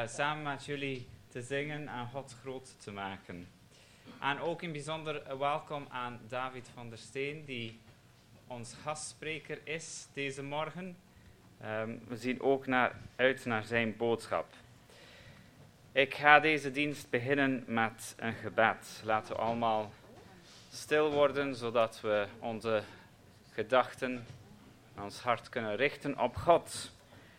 samen met jullie te zingen en God groot te maken. En ook in bijzonder welkom aan David van der Steen, die ons gastspreker is deze morgen. We zien ook uit naar zijn boodschap. Ik ga deze dienst beginnen met een gebed. Laten we allemaal stil worden, zodat we onze gedachten en ons hart kunnen richten op God.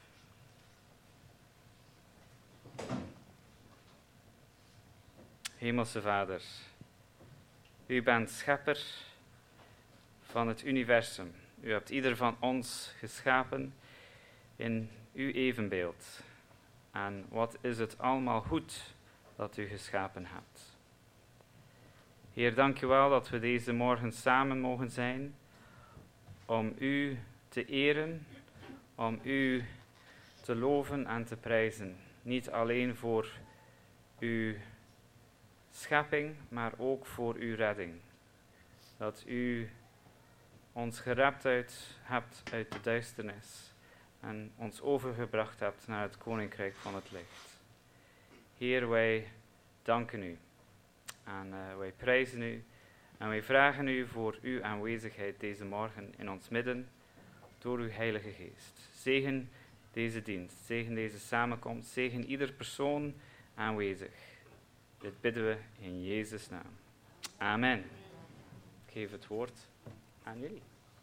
Hemelse Vader, u bent schepper van het universum. U hebt ieder van ons geschapen in uw evenbeeld. En wat is het allemaal goed dat u geschapen hebt. Heer, dank u wel dat we deze morgen samen mogen zijn om u te eren, om u te loven en te prijzen. Niet alleen voor uw schepping, maar ook voor uw redding. Dat u ons gerept hebt uit de duisternis en ons overgebracht hebt naar het koninkrijk van het licht. Heer, wij danken u en wij prijzen u en wij vragen u voor uw aanwezigheid deze morgen in ons midden door uw Heilige Geest. Zegen deze dienst, zegen deze samenkomst, zegen ieder persoon aanwezig. Dit bidden we in Jezus' naam. Amen. Ik geef het woord aan jullie.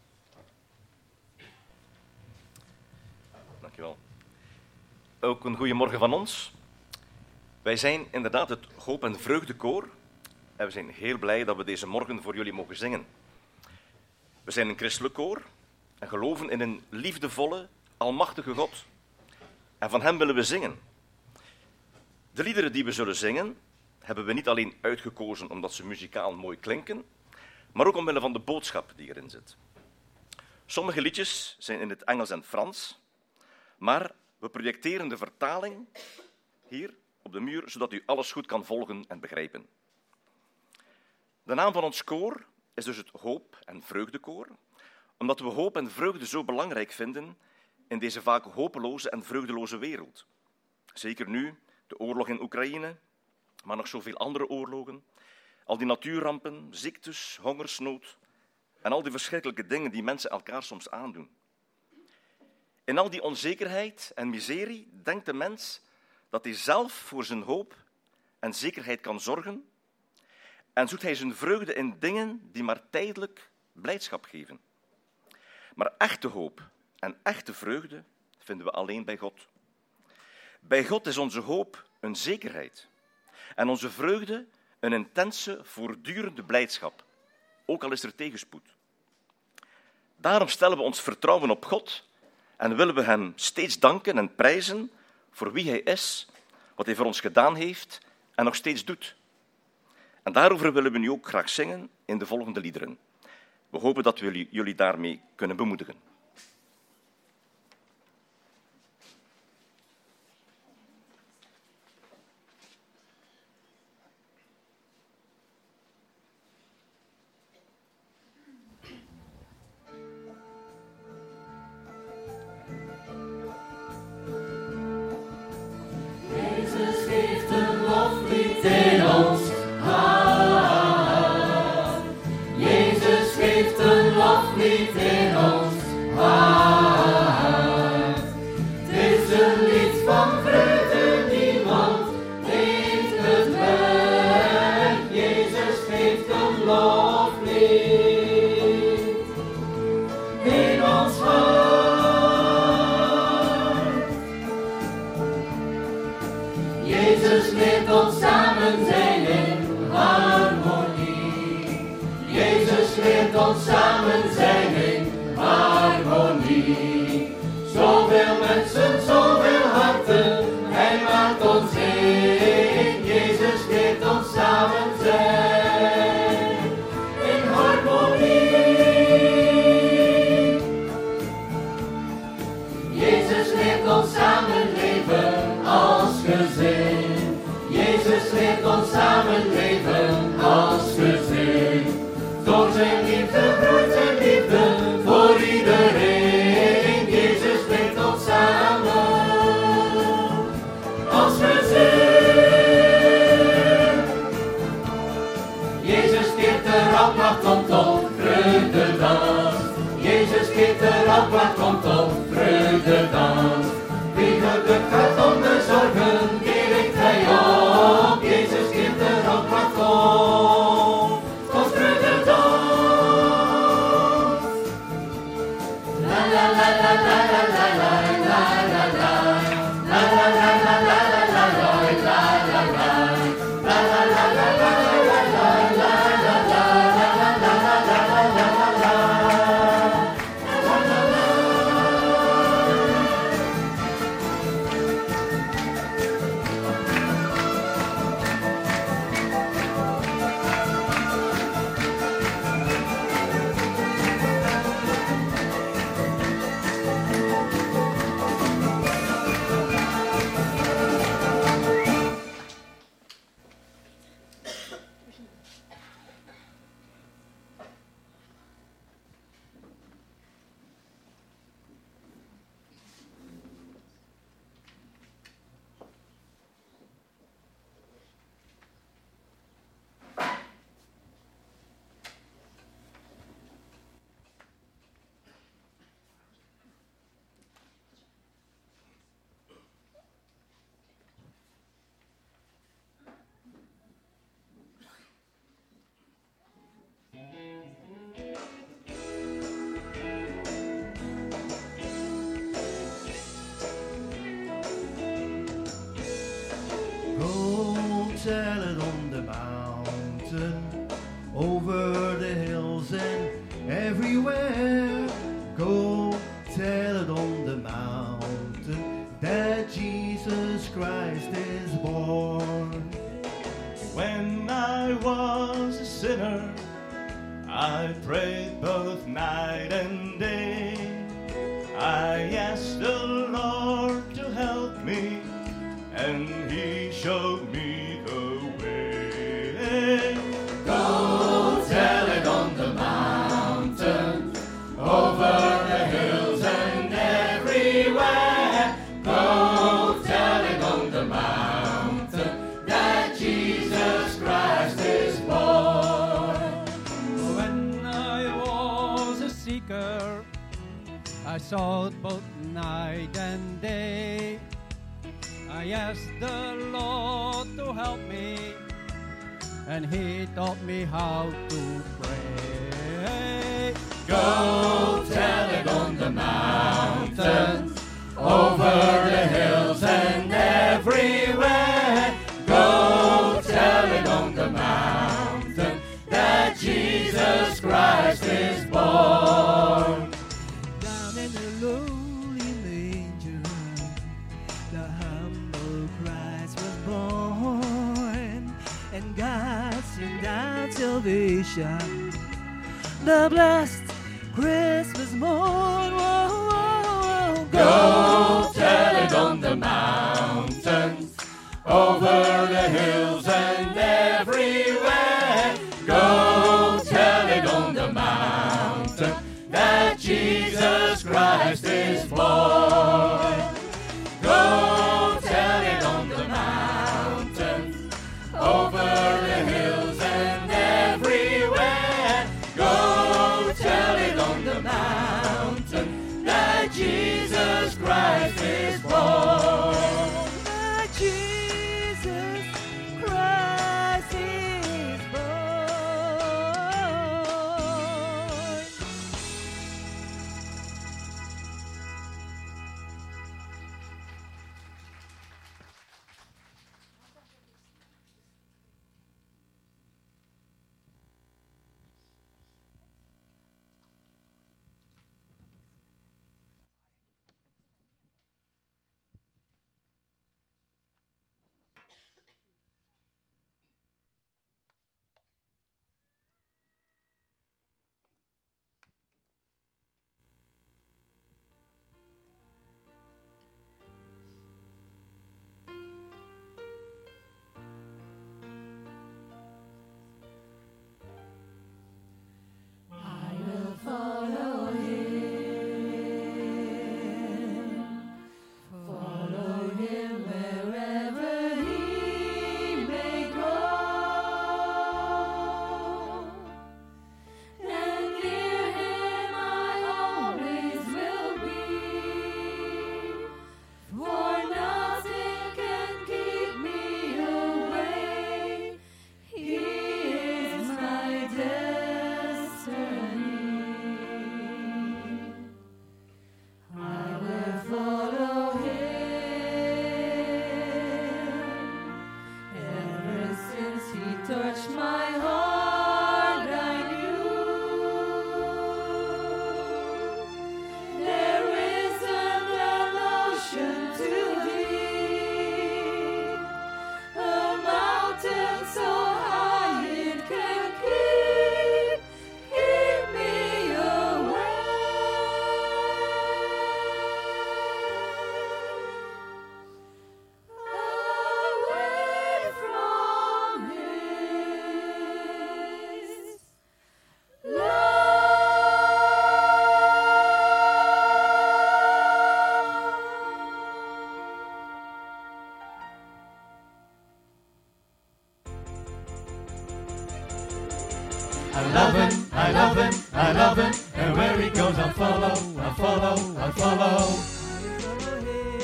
Dankjewel. Ook een goede morgen van ons. Wij zijn inderdaad het Hoop en Vreugdekoor en we zijn heel blij dat we deze morgen voor jullie mogen zingen. We zijn een christelijk koor en geloven in een liefdevolle, almachtige God. En van hem willen we zingen. De liederen die we zullen zingen, hebben we niet alleen uitgekozen omdat ze muzikaal mooi klinken, maar ook omwille van de boodschap die erin zit. Sommige liedjes zijn in het Engels en Frans, maar we projecteren de vertaling hier op de muur, zodat u alles goed kan volgen en begrijpen. De naam van ons koor is dus het Hoop en Vreugdekoor, omdat we hoop en vreugde zo belangrijk vinden in deze vaak hopeloze en vreugdeloze wereld. Zeker nu, de oorlog in Oekraïne, maar nog zoveel andere oorlogen, al die natuurrampen, ziektes, hongersnood en al die verschrikkelijke dingen die mensen elkaar soms aandoen. In al die onzekerheid en miserie denkt de mens dat hij zelf voor zijn hoop en zekerheid kan zorgen en zoekt hij zijn vreugde in dingen die maar tijdelijk blijdschap geven. Maar echte hoop en echte vreugde vinden we alleen bij God. Bij God is onze hoop een zekerheid en onze vreugde een intense, voortdurende blijdschap, ook al is er tegenspoed. Daarom stellen we ons vertrouwen op God en willen we hem steeds danken en prijzen voor wie hij is, wat hij voor ons gedaan heeft en nog steeds doet. En daarover willen we nu ook graag zingen in de volgende liederen. We hopen dat we jullie daarmee kunnen bemoedigen. Als we Go tell it on the mountain, over the hills and everywhere. Go tell it on the mountain that Jesus Christ is born. When I was a sinner, I prayed both night and day. I asked the Lord to help me, and He showed me the way. Go tell it on the mountain, over the hills and everywhere. Go tell it on the mountain that Jesus Christ is born. When I was a seeker, I sought both night and day. I asked the Lord to help me, and He taught me how to pray. Go tell it on the mountain, over the hills and everywhere. Go tell it on the mountain that Jesus Christ is born. Down in the lowly manger, the humble Christ was born, and God sent down salvation, the blessed Christmas morn. Whoa, whoa, whoa. Go tell it on the mountains, over the hills and everywhere. Go tell it on the mountain that Jesus Christ is born. Go tell it on the mountains, over the hills and everywhere. Go tell it on the mountain that Jesus Christ is born. That Jesus Christ is born. I love him, I love him, and where he goes I'll follow, I'll follow, I'll follow. Follow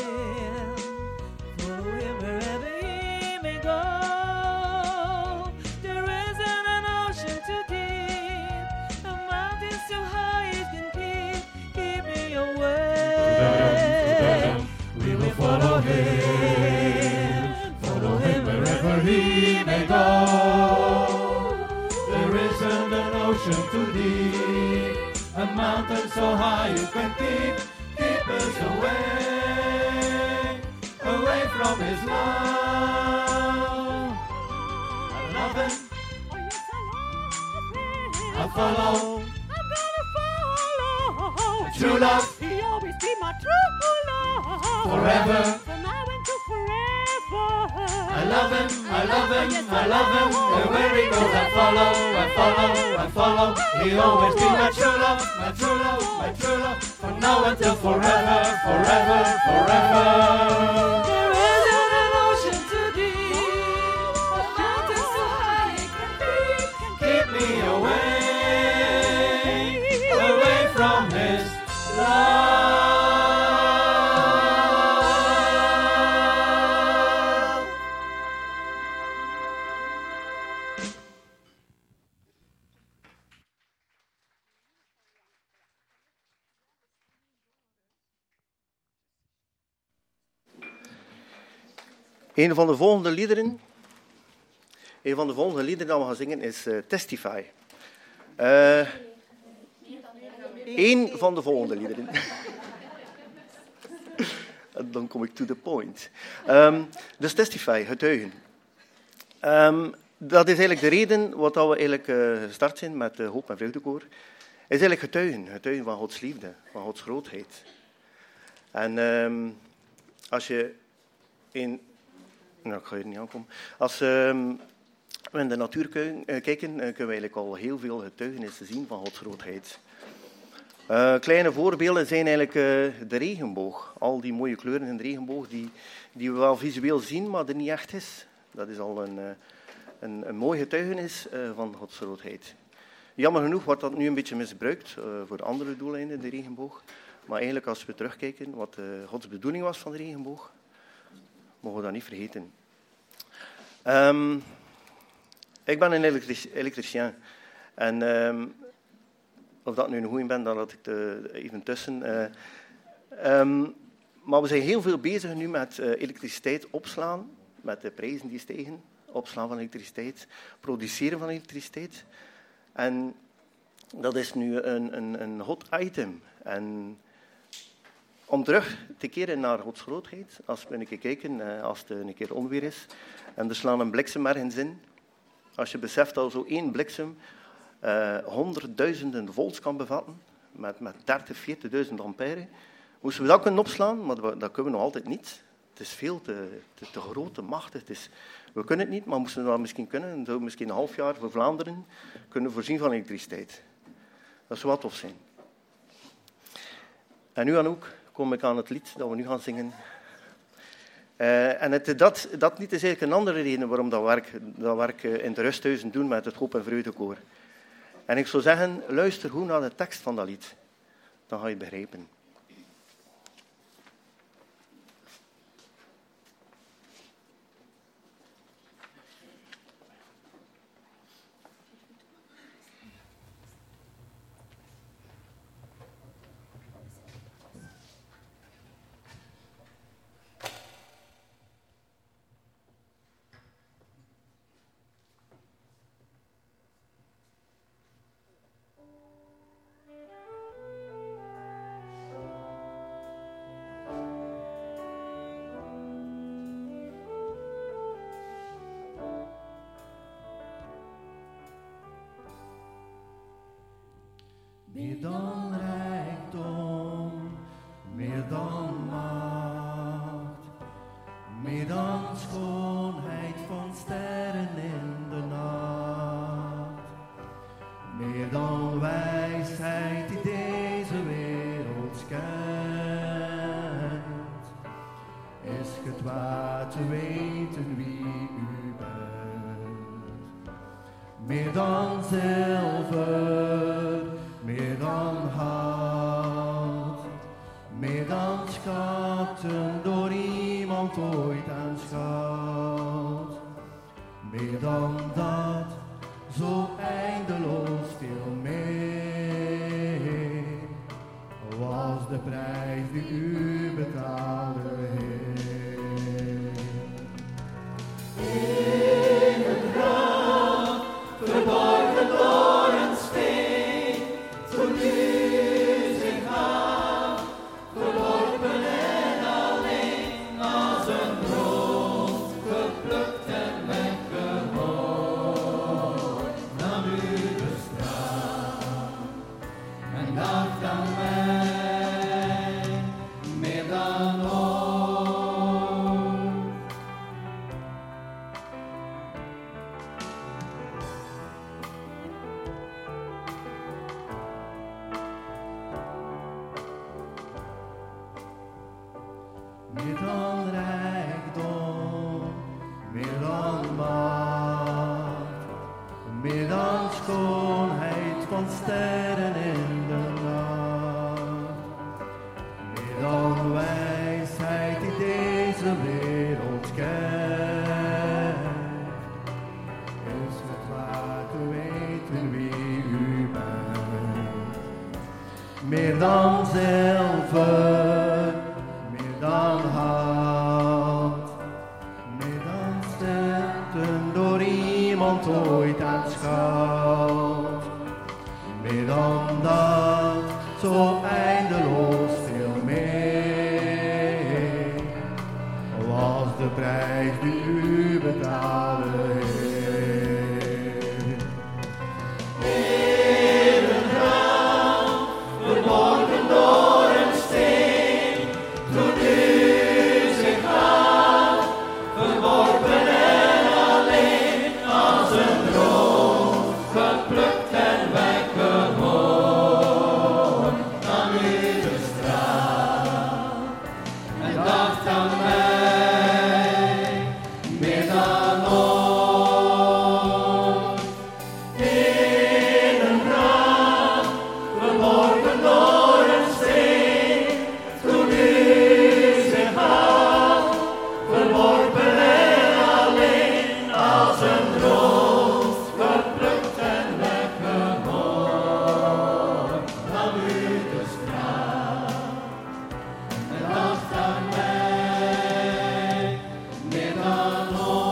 him wherever he may go. There isn't an ocean too deep, a mountain so high it can keep me away. We will follow him ocean too deep, a mountain so high you can keep us away from His love. I love Him, Oh, yes, I love Him. I follow. I'm gonna follow. True love. He always be my true love. Forever. From now into forever. I love Him, I love Him, I love Him. And where He goes, I follow, I follow, I follow. He always be my true love, my true love, my true love. From now until forever, forever, forever. There isn't an ocean too deep, a mountain so high it can Keep me away from His love. Een van de volgende liederen dat we gaan zingen is Testify. Eén van de volgende liederen. Dan kom ik to the point. Dus Testify, getuigen. Dat is eigenlijk de reden wat we eigenlijk gestart zijn met Hoop en Vreugdekoor. Is eigenlijk getuigen van Gods liefde, van Gods grootheid. En als je ik ga hier niet aankomen. Als we in de natuur kijken, kunnen we eigenlijk al heel veel getuigenissen zien van Gods grootheid. Kleine voorbeelden zijn eigenlijk de regenboog. Al die mooie kleuren in de regenboog die we wel visueel zien, maar er niet echt is. Dat is al een mooi getuigenis van Gods grootheid. Jammer genoeg wordt dat nu een beetje misbruikt voor andere doeleinden, de regenboog. Maar eigenlijk als we terugkijken wat Gods bedoeling was van de regenboog, mogen we dat niet vergeten. Ik ben een elektricien. En of dat nu een goeie ben, dan laat ik even tussen. Maar we zijn heel veel bezig nu met elektriciteit opslaan, met de prijzen die stijgen. Opslaan van elektriciteit, produceren van elektriciteit. En dat is nu een hot item. En om terug te keren naar Gods grootheid, als we een keer kijken, als het een keer onweer is, en er slaan een bliksem ergens in. Als je beseft dat zo één bliksem 100.000 volts kan bevatten, met 30.000, 40.000 ampère, moesten we dat kunnen opslaan, maar dat kunnen we nog altijd niet. Het is veel te groot, te machtig. We kunnen het niet, maar moesten we dat misschien kunnen. Dan zou misschien een half jaar voor Vlaanderen kunnen voorzien van elektriciteit. Dat zou wat tof zijn. En nu dan ook kom ik aan het lied dat we nu gaan zingen. En dat lied is eigenlijk een andere reden waarom dat werk in de rusthuizen doen met het Hoop en Vreugdekoor. En ik zou zeggen, luister goed naar de tekst van dat lied. Dan ga je het begrijpen. Meer dan rijkdom, meer dan macht, meer dan schoonheid van sterren in de nacht, meer dan wijsheid die deze wereld kent, is het waard te weten wie u bent. Meer dan zilver, meer dan hout, meer dan schatten door iemand ooit aanschouwd. Meer dan dat, zo eindeloos veel meer, was de prijs die u betaalde, Heer. In het graf, verborgen door een steen, sterren in de nacht. Meer dan wijsheid die deze wereld kent, is het waar te weten wie u bent. Meer dan zilver, meer dan hout, meer dan centen door iemand ooit aanschouwd. Meer dan dat, zo eindeloos veel meer, was de prijs die u betaalde heeft. In een graf, verborgen door een steen, toen u zich gaf, verworpen en alleen als een roos, geplukt en weggehoord, nam u de straat en dacht aan mij, meer dan ooit. In een graf, verborgen door een steen, toen u zich gaf, verworpen en alleen als een roos, geplukt en weggehoord, nam u de straat en dacht aan mij, meer dan ooit.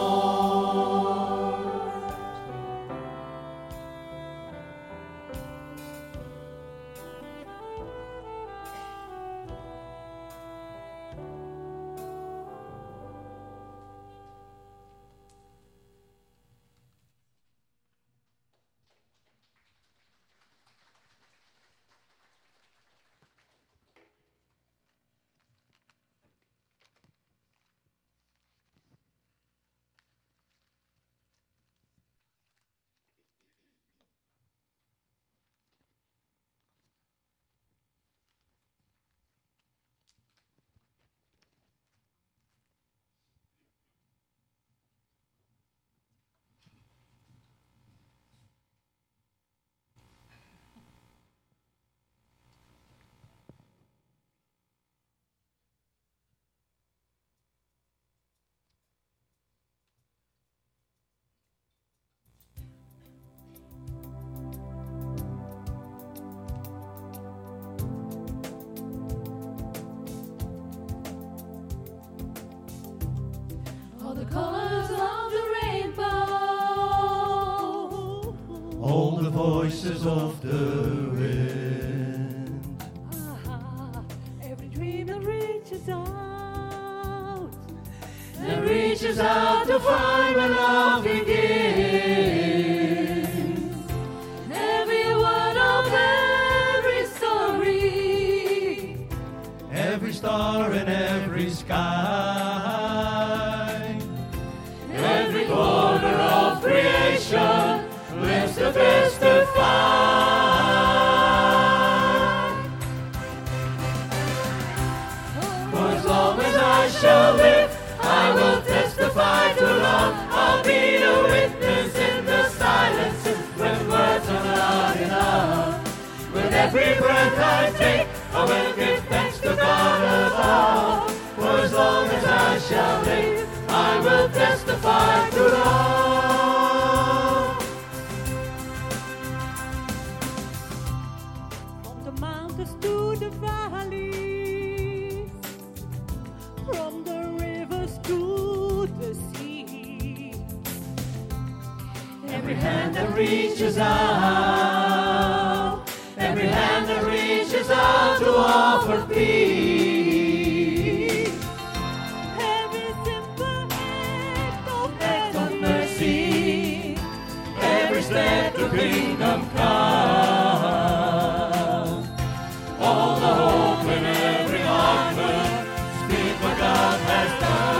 All the colors of the rainbow, All the voices of the wind, every dream that reaches out, that reaches out to find where love begins. every word of every story, Every star in every sky, every corner of creation lives to testify. For as long as I shall live, I will testify to love. I'll be a witness in the silences when words are not enough. With every breath I take, I will give thanks to God above. For as long as I shall live, I will testify to love. from the mountains to the valleys, from the rivers to the sea. Every hand that reaches out, every hand that reaches out to offer peace. Every simple act of Mercy, every step to kingdom come. All the hope in every heart will speak what God has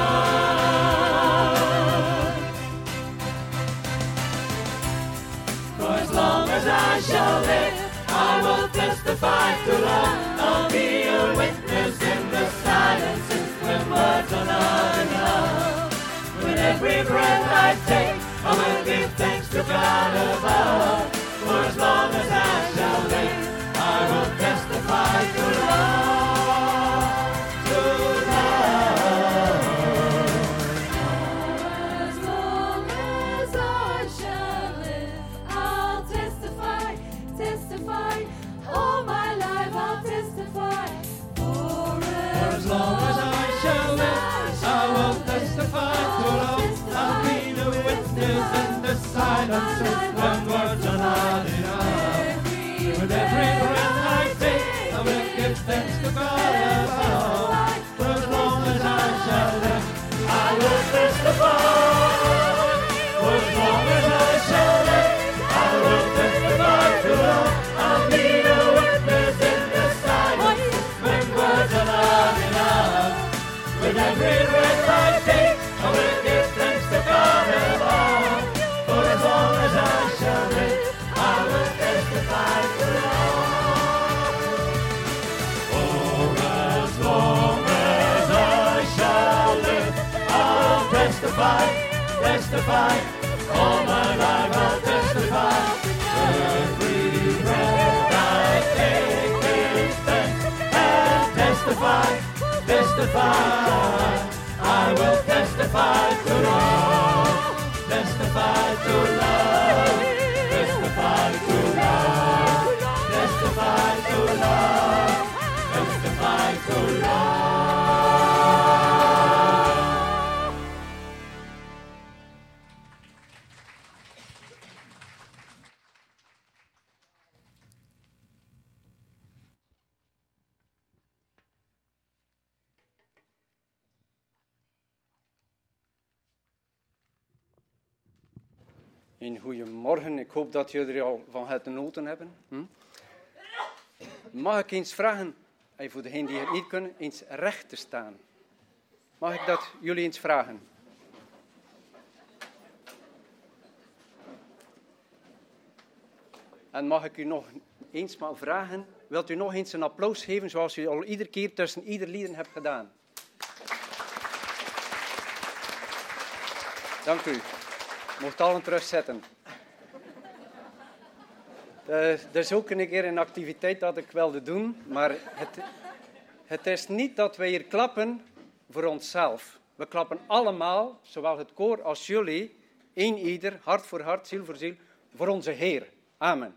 done. For as long as I shall live, I will testify to love. I'll be a witness in the silences when words are not enough. With every breath I take, I will give thanks to God above. For as long as I shall testify. All my life I'll testify. The free bread I take is thanks and testify, testify. I will testify to love, testify to love, testify to love, testify to love, testify to love. Een goeiemorgen, ik hoop dat jullie er al van genoten hebben. Mag ik eens vragen, voor degenen die het niet kunnen, eens recht te staan? Mag ik dat jullie eens vragen? En mag ik u nog eens maar vragen, wilt u nog eens een applaus geven zoals u al iedere keer tussen ieder lieden hebt gedaan? Dank u. Mocht allen terugzetten. Er is ook een keer een activiteit dat ik wilde doen, maar het is niet dat wij hier klappen voor onszelf. We klappen allemaal, zowel het koor als jullie, één ieder, hart voor hart, ziel voor ziel, voor onze Heer. Amen.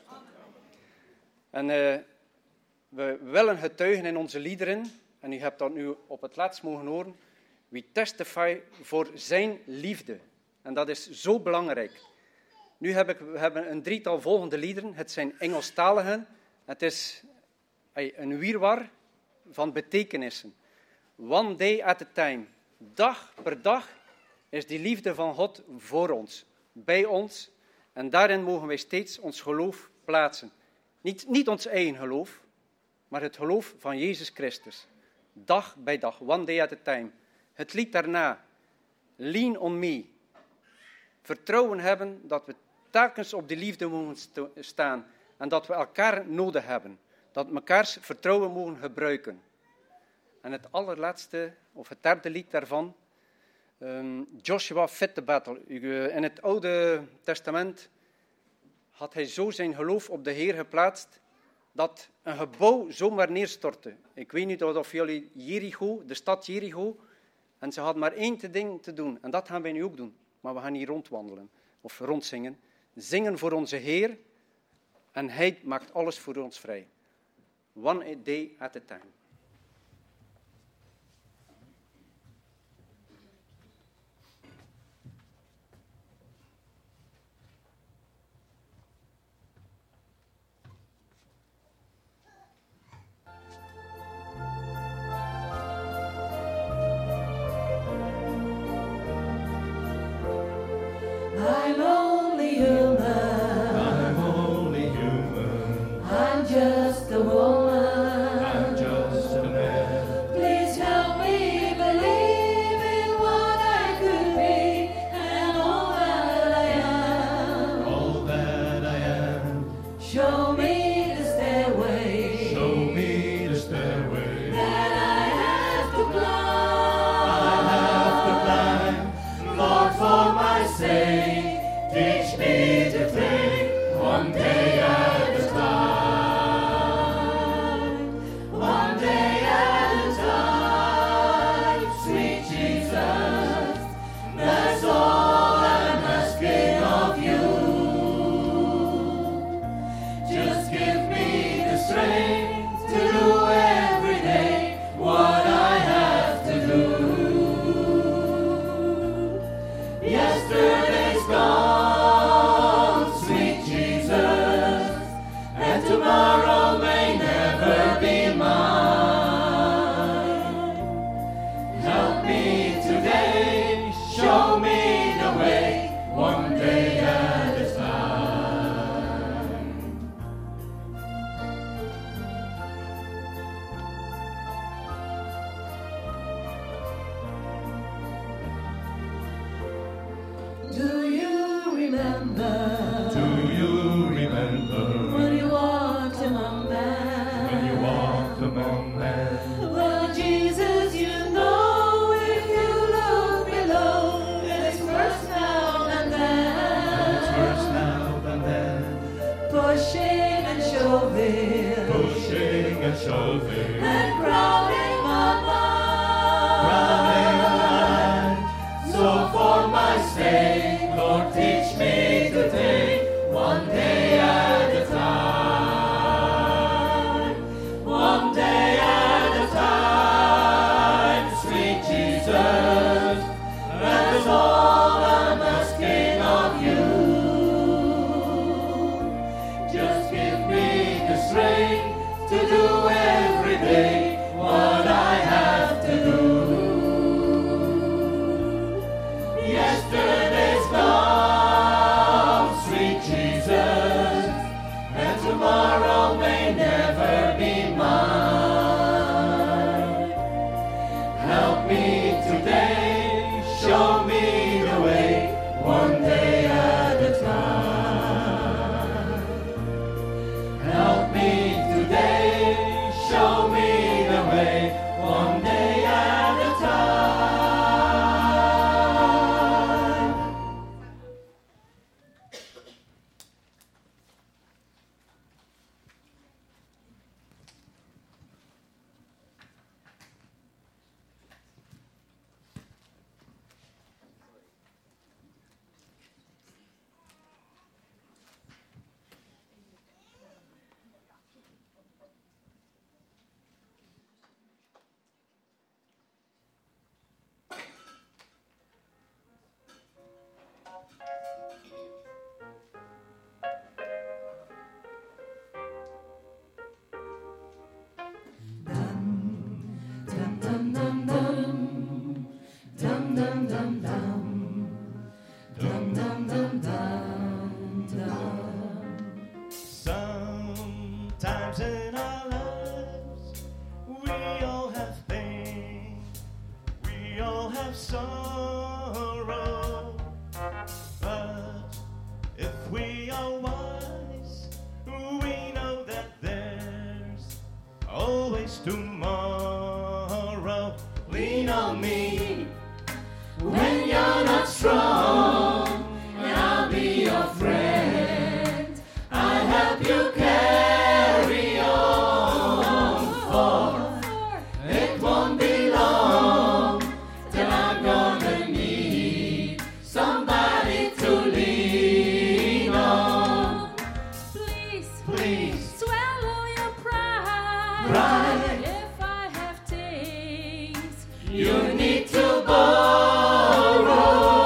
En we willen getuigen in onze liederen, en u hebt dat nu op het laatst mogen horen, we testify voor zijn liefde. En dat is zo belangrijk. Nu we hebben een drietal volgende liederen. Het zijn Engelstaligen. Het is een wirwar van betekenissen. One day at a time. Dag per dag is die liefde van God voor ons, bij ons. En daarin mogen wij steeds ons geloof plaatsen. Niet ons eigen geloof, maar het geloof van Jezus Christus. Dag bij dag, one day at a time. Het lied daarna, Lean on me. Vertrouwen hebben dat we telkens op die liefde mogen staan en dat we elkaar nodig hebben. Dat we mekaars vertrouwen mogen gebruiken. En het allerlaatste, of het derde lied daarvan, Joshua fit the battle. In het Oude Testament had hij zo zijn geloof op de Heer geplaatst dat een gebouw zomaar neerstortte. Ik weet niet of jullie Jericho, de stad Jericho, en ze hadden maar één ding te doen. En dat gaan wij nu ook doen. Maar we gaan hier rondwandelen of rondzingen. Zingen voor onze Heer en Hij maakt alles voor ons vrij. One day at a time. I'm only human. I'm only human. I'm just a woman. I'm just a man. Please help me believe in what I could be and all that I am. All that I am. Show me the stairway Show me the stairway that I have to climb. I have to climb. Lord, for my sake, teach me to take one day at a time. One day at a time, sweet Jesus, that's all I'm asking of you. Just give me the strength to do every day what I have to do. Yesterday's gone, sweet Jesus, and tomorrow may never be mine. Help me today, show me the way, one day at a time. Do you remember Do you remember when you walked among men? when you walked among men? Well, Jesus, you know if you look below, it is worth trophy. and crown him Crowning above. light. So for my sake, Lord, teach me to take one day at a time. One day at a time, sweet Jesus. That is all I'm asking of you. Just give me the strength to do every day what I have to do. Yesterday's gone, sweet Jesus, and tomorrow may never be mine. Help me today, show me the way, one day at a time. Help me today, show me the way, one day at a time. Sometimes in our lives, we all have pain, we all have sorrow. But if we are wise, we know that there's always tomorrow. Lean on me when you're not strong, and I'll be your friend. I'll help you carry on, for it won't be long till I'm gonna need somebody to lean on. Please, Please swallow your pride. Pride. If I have things you need to borrow,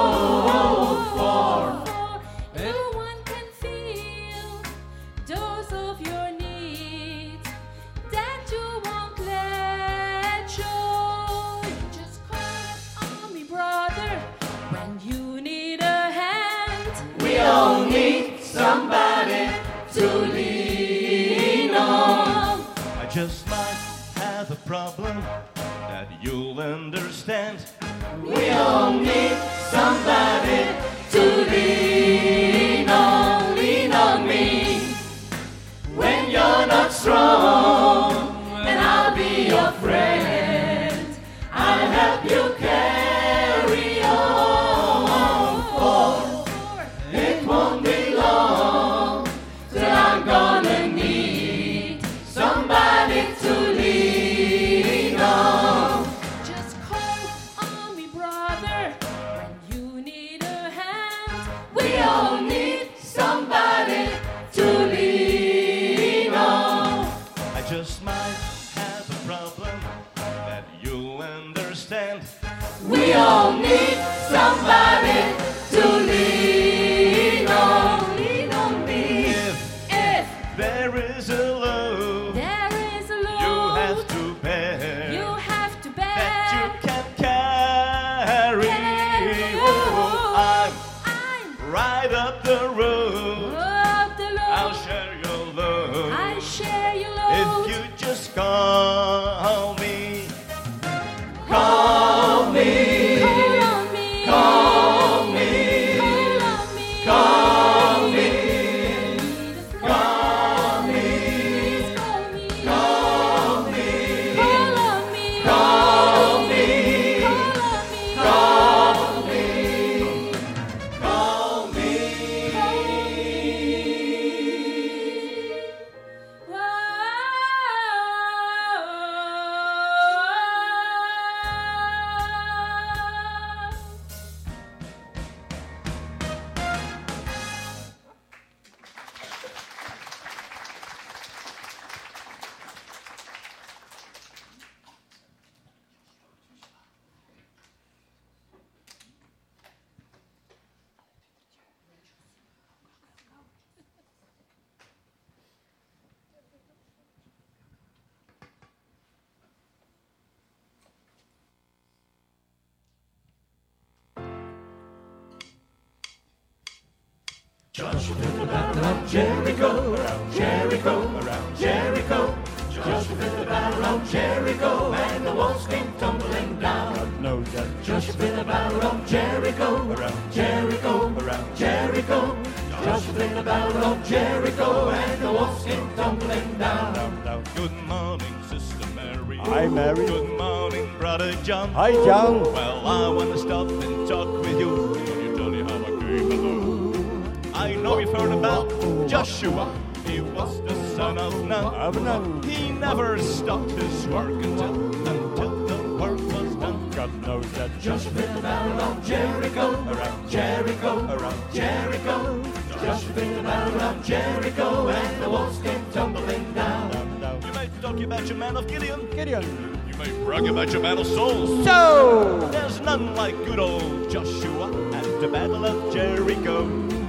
for no one can feel those of your needs that you won't let show. You just call on me, brother, when you need a hand. we all need somebody to lean on. I just might have a problem that you'll understand. We all need somebody to lean on. Lean on me when you're not strong, and I'll be your friend. I'll help you carry on, for it won't be long till I'm gonna need somebody to lean on. Just call on me, brother, when you need a hand. We all need somebody to lean on. I just might have a problem that you'll understand. We all need somebody to lean on. Lean on me. If there is a load There is a load you have to bear, you have to bear. that you can carry. Oh, I'm right up the road. Of the load. I'll share your load. I share your load. If you just call me, Call me. Call on me. Call me. Call on me. Call me. Call me. Call me. Call on me. Call me. Call on me. Call me. Call me. Joshua did the battle of Jericho, around Jericho, around Jericho. Joshua did the battle of Jericho, and the walls came tumbling down. God knows that. Joshua did the battle of Jericho, around Jericho, around Jericho. Joshua did the battle of Jericho, and the walls came tumbling down. Good morning, Sister Mary. Hi, Mary. Good morning, Brother John. Hi, John. Well, I want to stop and talk with you. Can you tell me how I came along? I know you've heard about Joshua. He was the son of Nun. He never stopped his work until the work was done. God knows that. Joshua did the battle of Jericho, around Jericho, around Jericho. Joshua did the battle of Jericho, and the walls came tumbling down. You may talk about your man of Gideon. You may brag about your man of Saul. There's none like good old Joshua at the battle of Jericho.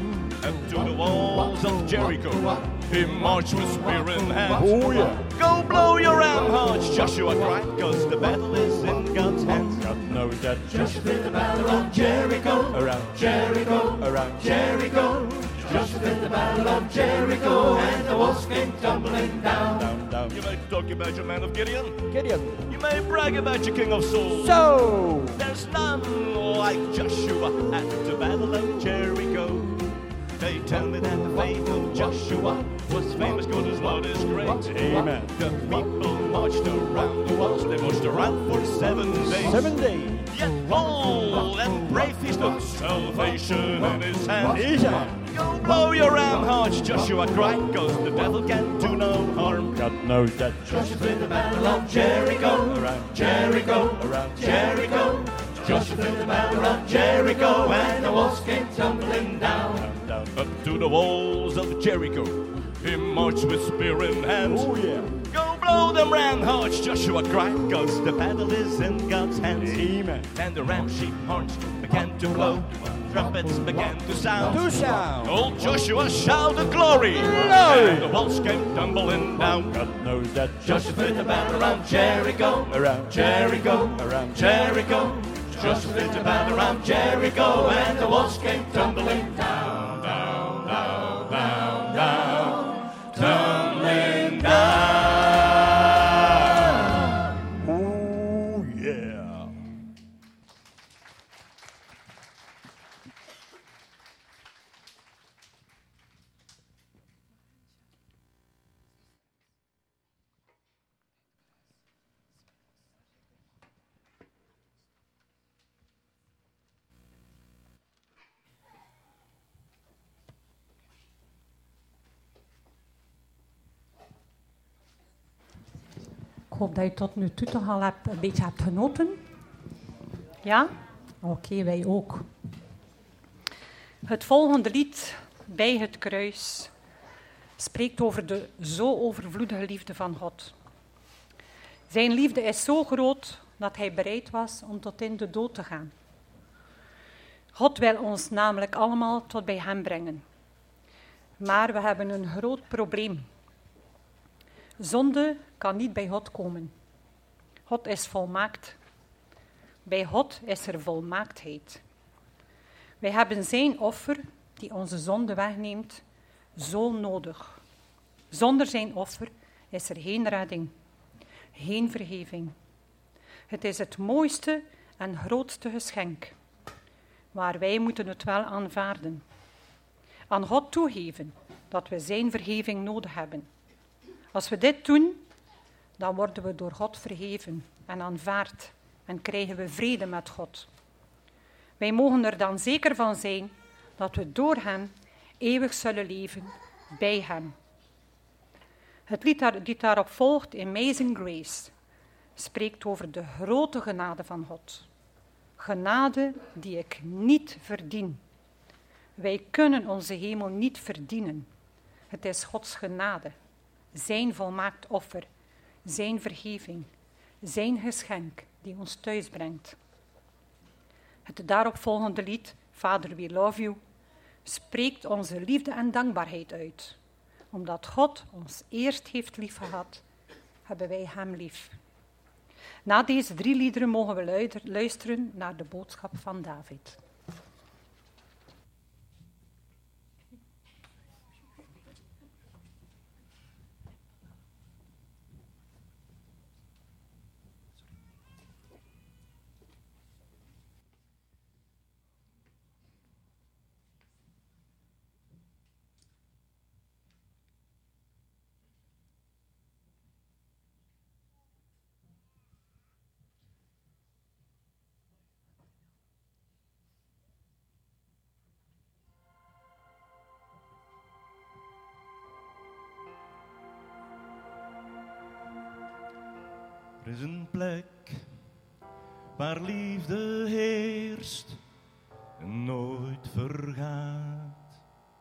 Up to the walls of Jericho, he marched with spear in hand. Oh yeah. Go blow your ram horns, Joshua cried, 'cause the battle is in God's hands. God knows that. Joshua did the battle of Jericho, Around Jericho, around Jericho. Joshua did the battle of Jericho, and the walls came tumbling down. down. You may talk about your man of Gideon. Gideon. You may brag about your king of Saul. There's none like Joshua at the battle of Jericho. They tell me that the fate of Joshua was famous, good as Lord is great. Amen. The people marched around the walls, they marched around for 7 days. 7 days. Yet bold and brave he stood, salvation in his hand. Go blow your ram horns, Joshua cried, 'cause the devil can do no harm. God knows that. Joshua did the battle of Jericho, Around Jericho, around Jericho. Joshua did the battle of Jericho, and the walls came tumbling down. Up to the walls of Jericho, he marched with spear in hand. Oh yeah. Go blow them ram horns, Joshua cried, 'cause the battle is in God's hands. Amen. And the ram sheep horns began to blow, trumpets began to sound. Old Joshua shouted glory, and the walls came tumbling down. God knows that. Joshua did the battle around Jericho, Around Jericho, around Jericho. Joshua did the battle around Jericho, and the walls came tumbling down, down, down, down, down, tumbling down. Oh yeah. Ik hoop dat je tot nu toe toch al een beetje hebt genoten. Ja? Oké, wij ook. Het volgende lied, Bij het kruis, spreekt over de zo overvloedige liefde van God. Zijn liefde is zo groot dat hij bereid was om tot in de dood te gaan. God wil ons namelijk allemaal tot bij hem brengen. Maar we hebben een groot probleem. Zonde kan niet bij God komen. God is volmaakt. Bij God is er volmaaktheid. Wij hebben zijn offer, die onze zonde wegneemt, zo nodig. Zonder zijn offer is er geen redding, geen vergeving. Het is het mooiste en grootste geschenk, maar wij moeten het wel aanvaarden. Aan God toegeven dat we zijn vergeving nodig hebben. Als we dit doen, dan worden we door God vergeven en aanvaard en krijgen we vrede met God. Wij mogen er dan zeker van zijn dat we door hem eeuwig zullen leven bij hem. Het lied dat daarop volgt, Amazing Grace, spreekt over de grote genade van God. Genade die ik niet verdien. Wij kunnen onze hemel niet verdienen. Het is Gods genade, zijn volmaakt offer, zijn vergeving, zijn geschenk die ons thuis brengt. Het daarop volgende lied, Father We Love You, spreekt onze liefde en dankbaarheid uit. Omdat God ons eerst heeft liefgehad, hebben wij hem lief. Na deze 3 liederen mogen we luisteren naar de boodschap van David. Er is een plek waar liefde heerst en nooit vergaat.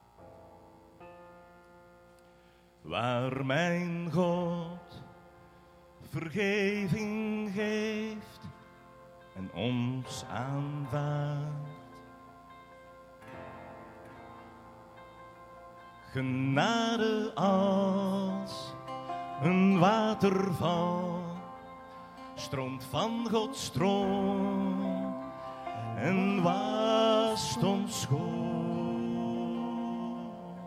Waar mijn God vergeving geeft en ons aanvaardt. Genade als een waterval stroomt van Gods troon en wast ons schoon.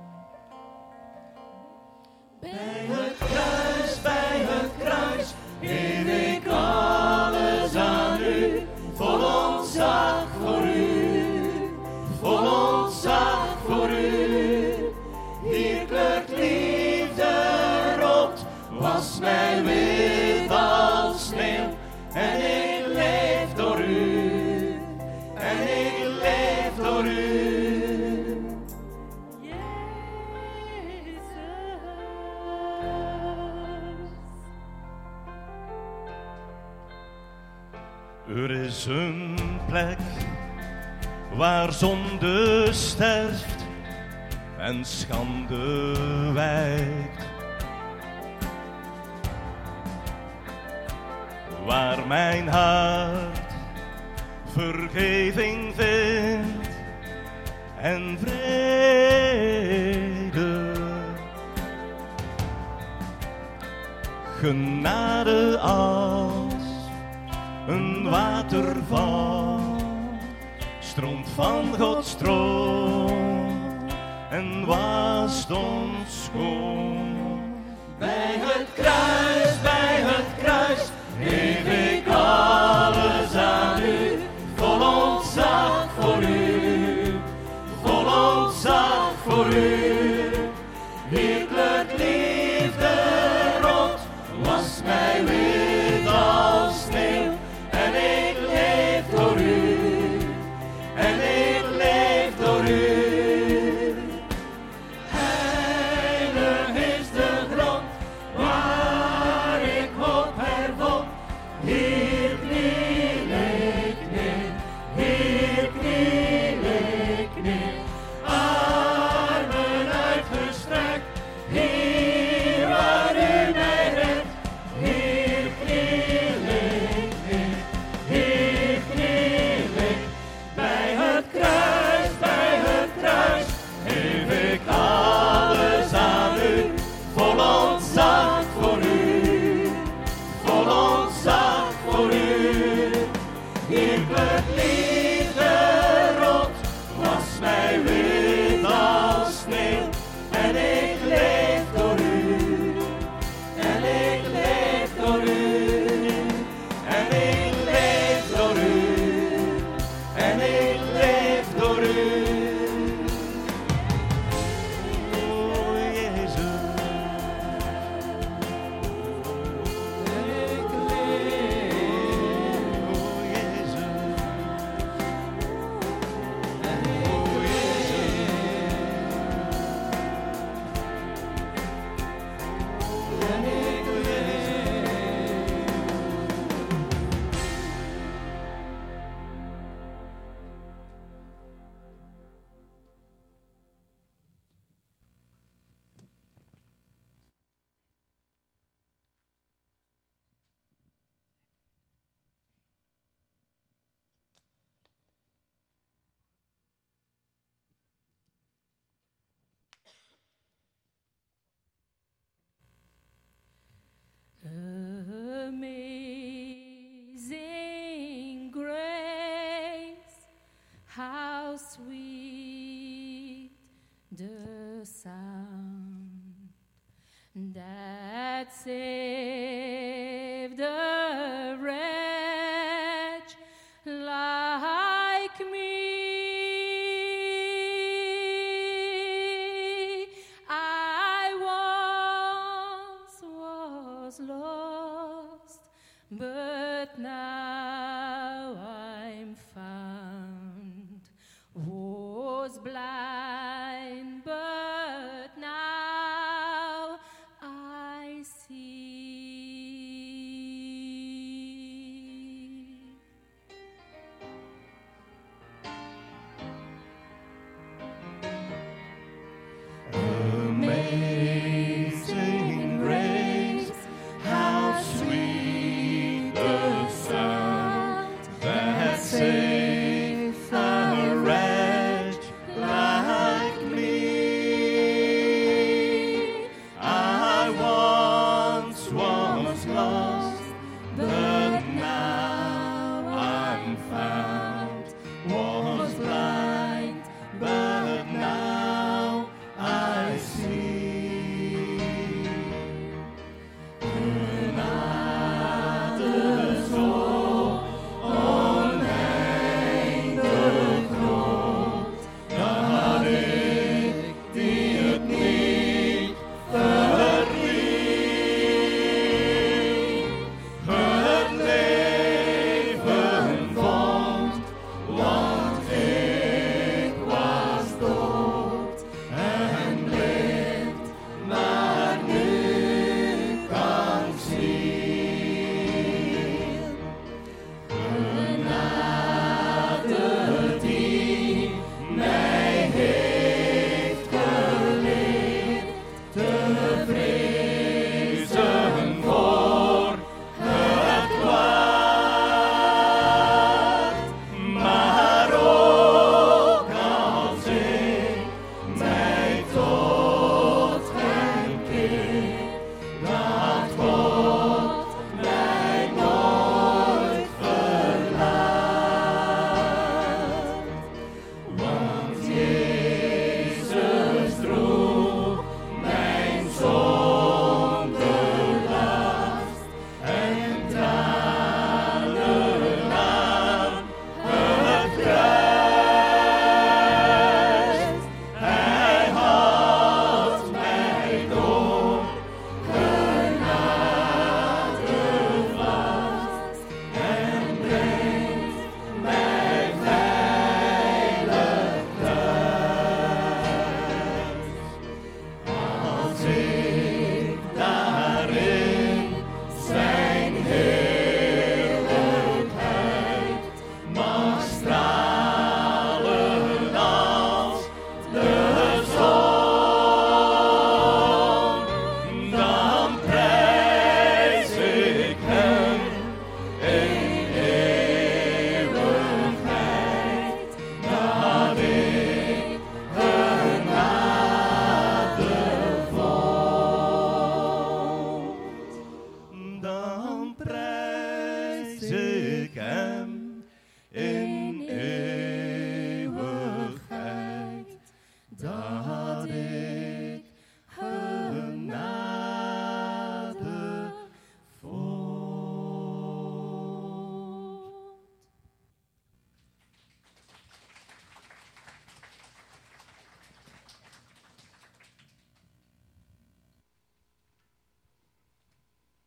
Bij het kruis, geef ik alles aan u, vol ontzag voor u, vol ontzag voor u. Hier kleurt liefde rood, was mij wit als sneeuw, en ik leef door u, en ik leef door u. Er is een plek waar zonde sterft en schande wijkt. Waar mijn hart vergeving vindt en vrede. Genade als een waterval stroomt van Gods troon en wast ons schoon. Bij het kruis, geef ik alles aan u, vol ontzag voor u, vol ontzag voor u. Hier kleurt liefde rood, was mij wit als sneeuw, en ik leef door u, en ik leef door u. Heilig is de grond waar ik hoop hervond. Hier kniel ik neer, hier kniel ik neer. Armen uitgestrekt, hier waar u mij redt. Hier kniel ik neer, hier kniel ik. Bij het kruis, geef ik alles aan u, vol ontzag voor u, vol ontzag voor u. Hier kleurt liefde rood, was mij wit als sneeuw, en ik leef door u, en ik leef door u, en ik leef door u, en ik leef door u. O Jezus, o Jezus, Amazing grace, how sweet the sound that saved a wretch like me. I once was lost, but now I'm found. Was blind, but now I see.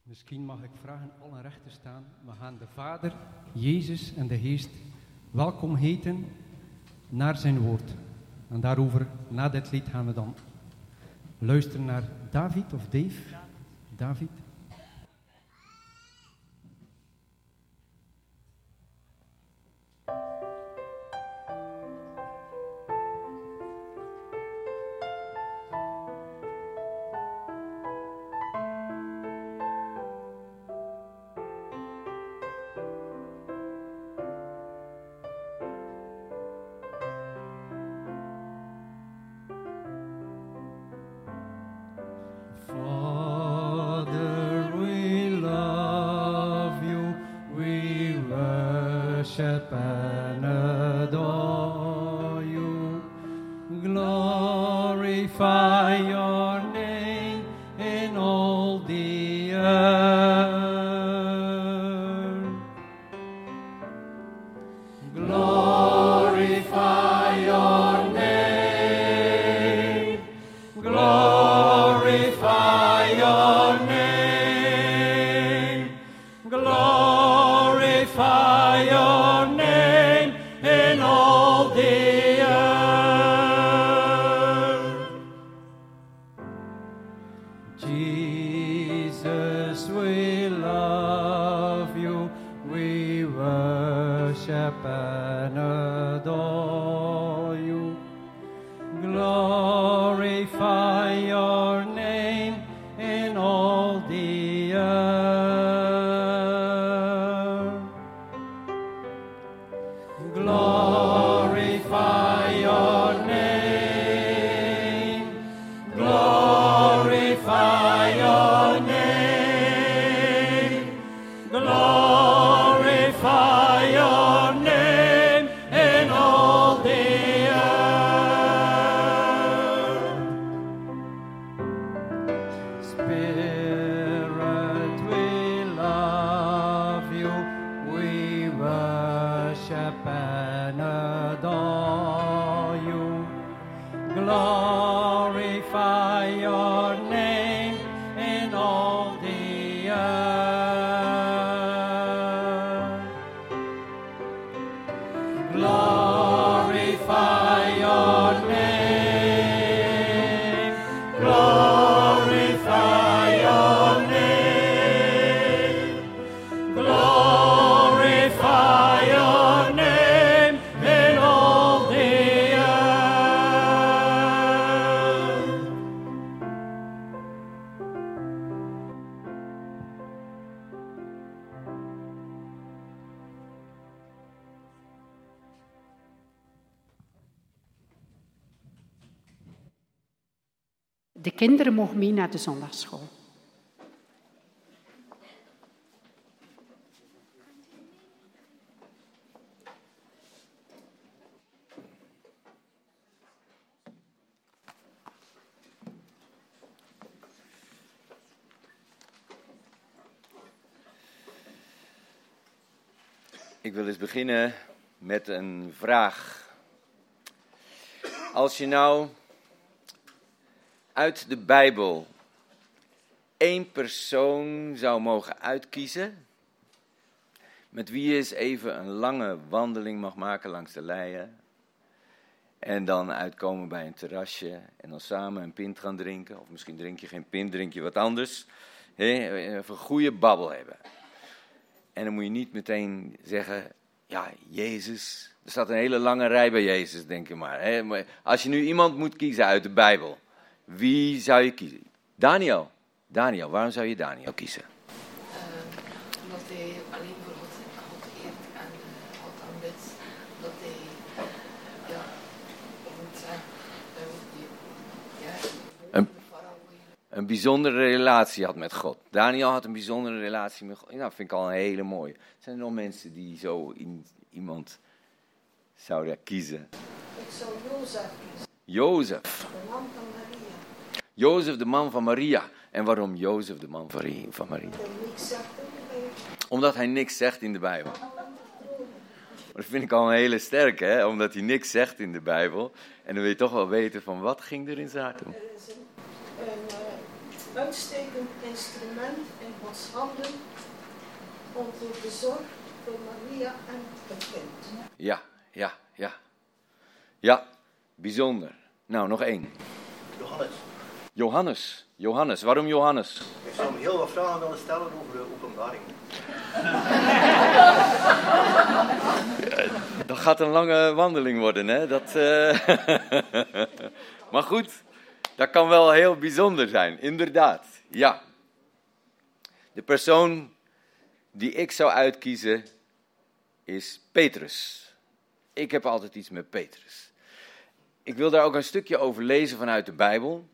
Misschien mag ik vragen allen recht te staan. We gaan de Vader, Jezus en de Geest welkom heten naar zijn woord. En daarover, na dit lied, gaan we dan luisteren naar David of Dave. David. Father, we love you, we worship and adore you. Glorify your name in all the earth. Glorify your name. Glorify your name. Glorify your name in all the earth. Jesus, we love you. We worship and adore you. Glorify your name in all the earth. Glorify your name. Glorify your name. Glorify your name in all the earth. Spirit, we love you. We worship and adore you. Glorify your name in all the earth. Glorify your name. Glorify your name. Glorify your name in all the earth. De kinderen mogen mee naar de zondagsschool. Ik wil eens beginnen met een vraag. Als je nou uit de Bijbel 1 persoon zou mogen uitkiezen, met wie je eens even een lange wandeling mag maken langs de leien, en dan uitkomen bij een terrasje en dan samen een pint gaan drinken, of misschien drink je geen pint, drink je wat anders, even een goede babbel hebben. En dan moet je niet meteen zeggen, ja, Jezus. Er staat een hele lange rij bij Jezus, denk je maar. Hè? Maar als je nu iemand moet kiezen uit de Bijbel, wie zou je kiezen? Daniel. Daniel, waarom zou je Daniel kiezen? Omdat hij alleen voor God eert en God aanbidt. Dat hij, ja, ik moet zeggen, een bijzondere relatie had met God. Daniel had een bijzondere relatie met God. Nou, vind ik al een hele mooie. Zijn er nog mensen die zo iemand zouden kiezen? Ik zou Jozef kiezen. Jozef. De man van Maria. Jozef, de man van Maria. En waarom Jozef, de man van Maria? Omdat hij niks zegt in de Bijbel. Dat vind ik al een hele sterke, hè? Omdat hij niks zegt in de Bijbel. En dan wil je toch wel weten van wat ging er in zijn hart om. uitstekend instrument in Gods handen om voor de zorg voor Maria en het kind. Ja, bijzonder. Nou, nog één. Johannes. Waarom Johannes? Ik zou hem heel wat vragen willen stellen over de openbaring. Dat gaat een lange wandeling worden, hè? Maar goed, dat kan wel heel bijzonder zijn, inderdaad. Ja. De persoon die ik zou uitkiezen is Petrus. Ik heb altijd iets met Petrus. Ik wil daar ook een stukje over lezen vanuit de Bijbel.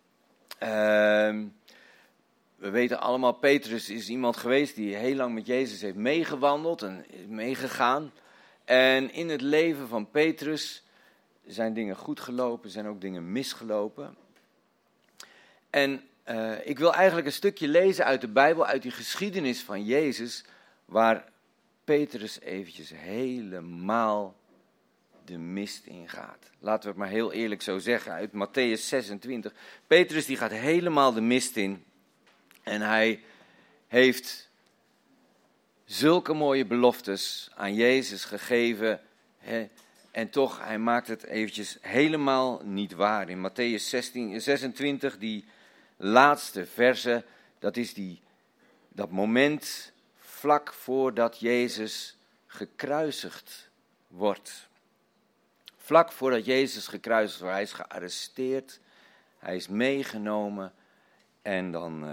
We weten allemaal, Petrus is iemand geweest die heel lang met Jezus heeft meegewandeld en meegegaan. En in het leven van Petrus zijn dingen goed gelopen, zijn ook dingen misgelopen. En ik wil eigenlijk een stukje lezen uit de Bijbel, uit die geschiedenis van Jezus, waar Petrus eventjes helemaal de mist ingaat. Laten we het maar heel eerlijk zo zeggen, uit Mattheüs 26. Petrus die gaat helemaal de mist in en hij heeft zulke mooie beloftes aan Jezus gegeven, hè, en toch, hij maakt het eventjes helemaal niet waar. In Mattheüs 26, die laatste verse, dat is dat moment vlak voordat Jezus gekruisigd wordt. Vlak voordat Jezus gekruisigd wordt, hij is gearresteerd, hij is meegenomen en dan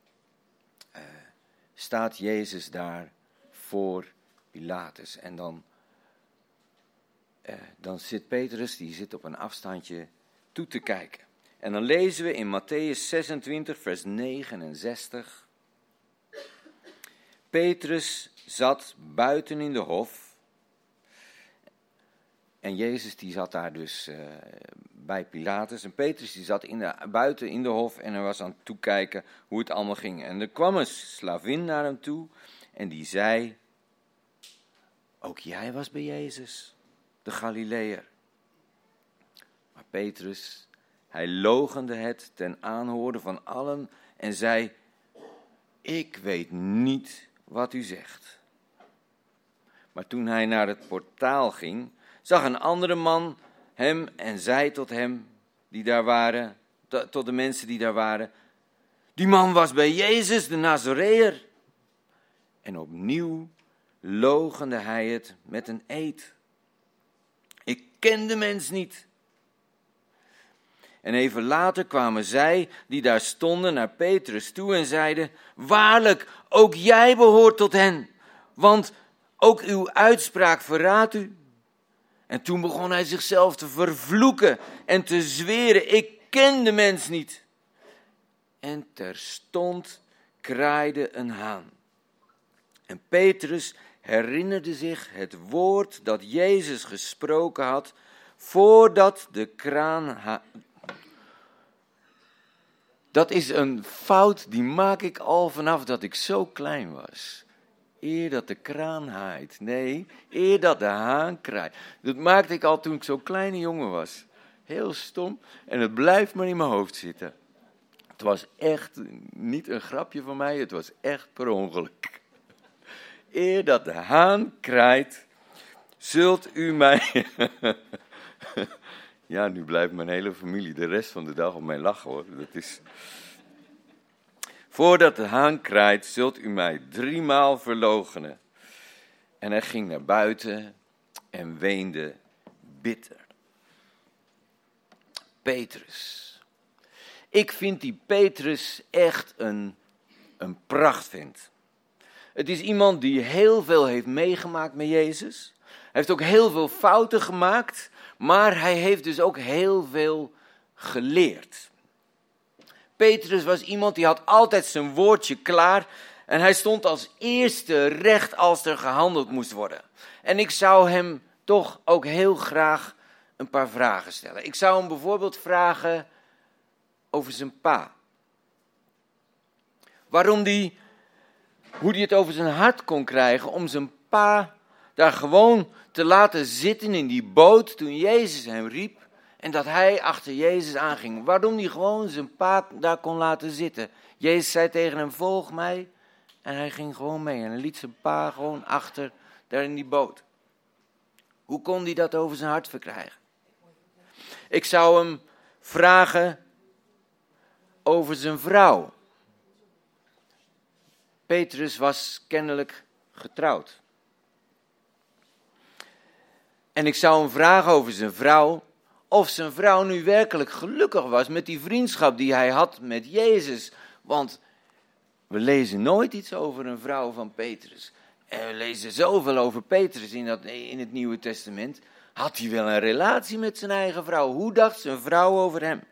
staat Jezus daar voor Pilatus. En dan zit Petrus, die zit op een afstandje toe te kijken. En dan lezen we in Mattheüs 26, vers 69. Petrus zat buiten in de hof. En Jezus die zat daar dus bij Pilatus. En Petrus die zat buiten in de hof en hij was aan het toekijken hoe het allemaal ging. En er kwam een slavin naar hem toe en die zei: ook jij was bij Jezus, de Galileër. Maar Petrus, hij loochende het ten aanhoorde van allen en zei: ik weet niet wat u zegt. Maar toen hij naar het portaal ging, zag een andere man hem en zei tot hem, die daar waren, tot de mensen die daar waren: die man was bij Jezus, de Nazareër. En opnieuw loochende hij het met een eed: ik ken de mens niet. En even later kwamen zij, die daar stonden, naar Petrus toe en zeiden: waarlijk, ook jij behoort tot hen, want ook uw uitspraak verraadt u. En toen begon hij zichzelf te vervloeken en te zweren: ik ken de mens niet. En terstond kraaide een haan. En Petrus herinnerde zich het woord dat Jezus gesproken had voordat de kraan... Dat is een fout die maak ik al vanaf dat ik zo klein was. Eer dat de kraan haait. Nee, eer dat de haan kraait. Dat maakte ik al toen ik zo'n kleine jongen was. Heel stom. En het blijft maar in mijn hoofd zitten. Het was echt niet een grapje van mij. Het was echt per ongeluk. Eer dat de haan kraait, zult u mij... Ja, nu blijft mijn hele familie de rest van de dag op mij lachen, hoor. Dat is... Voordat de haan kraait, zult u mij 3 maal verloochenen. En hij ging naar buiten en weende bitter. Petrus. Ik vind die Petrus echt een prachtvent. Het is iemand die heel veel heeft meegemaakt met Jezus. Hij heeft ook heel veel fouten gemaakt, maar hij heeft dus ook heel veel geleerd. Petrus was iemand die had altijd zijn woordje klaar en hij stond als eerste recht als er gehandeld moest worden. En ik zou hem toch ook heel graag een paar vragen stellen. Ik zou hem bijvoorbeeld vragen over zijn pa. Hoe hij het over zijn hart kon krijgen om zijn pa daar gewoon te laten zitten in die boot toen Jezus hem riep En dat hij achter Jezus aanging. Waarom hij gewoon zijn pa daar kon laten zitten. Jezus zei tegen hem, volg mij. En hij ging gewoon mee. En hij liet zijn pa gewoon achter daar in die boot. Hoe kon hij dat over zijn hart verkrijgen? Ik zou hem vragen over zijn vrouw. Petrus was kennelijk getrouwd. En ik zou hem vragen over zijn vrouw, of zijn vrouw nu werkelijk gelukkig was met die vriendschap die hij had met Jezus. Want we lezen nooit iets over een vrouw van Petrus. En we lezen zoveel over Petrus in het Nieuwe Testament. Had hij wel een relatie met zijn eigen vrouw? Hoe dacht zijn vrouw over hem?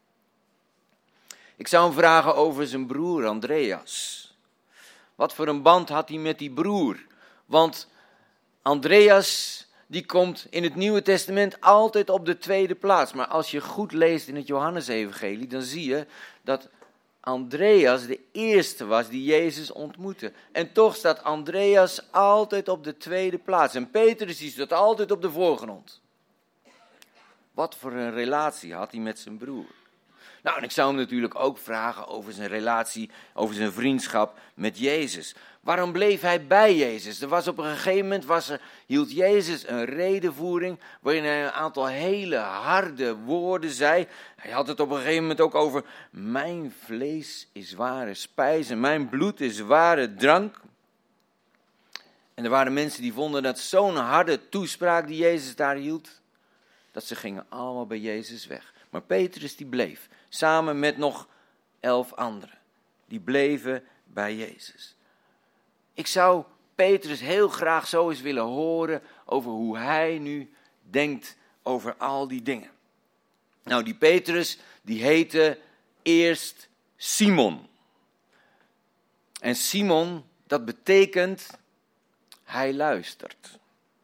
Ik zou hem vragen over zijn broer Andreas. Wat voor een band had hij met die broer? Want Andreas, die komt in het Nieuwe Testament altijd op de tweede plaats. Maar als je goed leest in het Johannesevangelie, dan zie je dat Andreas de eerste was die Jezus ontmoette. En toch staat Andreas altijd op de tweede plaats. En Petrus die staat altijd op de voorgrond. Wat voor een relatie had hij met zijn broer? Nou, en ik zou hem natuurlijk ook vragen over zijn relatie, over zijn vriendschap met Jezus. Waarom bleef hij bij Jezus? Er was op een gegeven moment, hield Jezus een redenvoering waarin hij een aantal hele harde woorden zei. Hij had het op een gegeven moment ook over, mijn vlees is ware spijs en mijn bloed is ware drank. En er waren mensen die vonden dat zo'n harde toespraak die Jezus daar hield, dat ze gingen allemaal bij Jezus weg. Maar Petrus die bleef, samen met nog 11 anderen. Die bleven bij Jezus. Ik zou Petrus heel graag zo eens willen horen over hoe hij nu denkt over al die dingen. Nou, die Petrus, die heette eerst Simon. En Simon, dat betekent, hij luistert.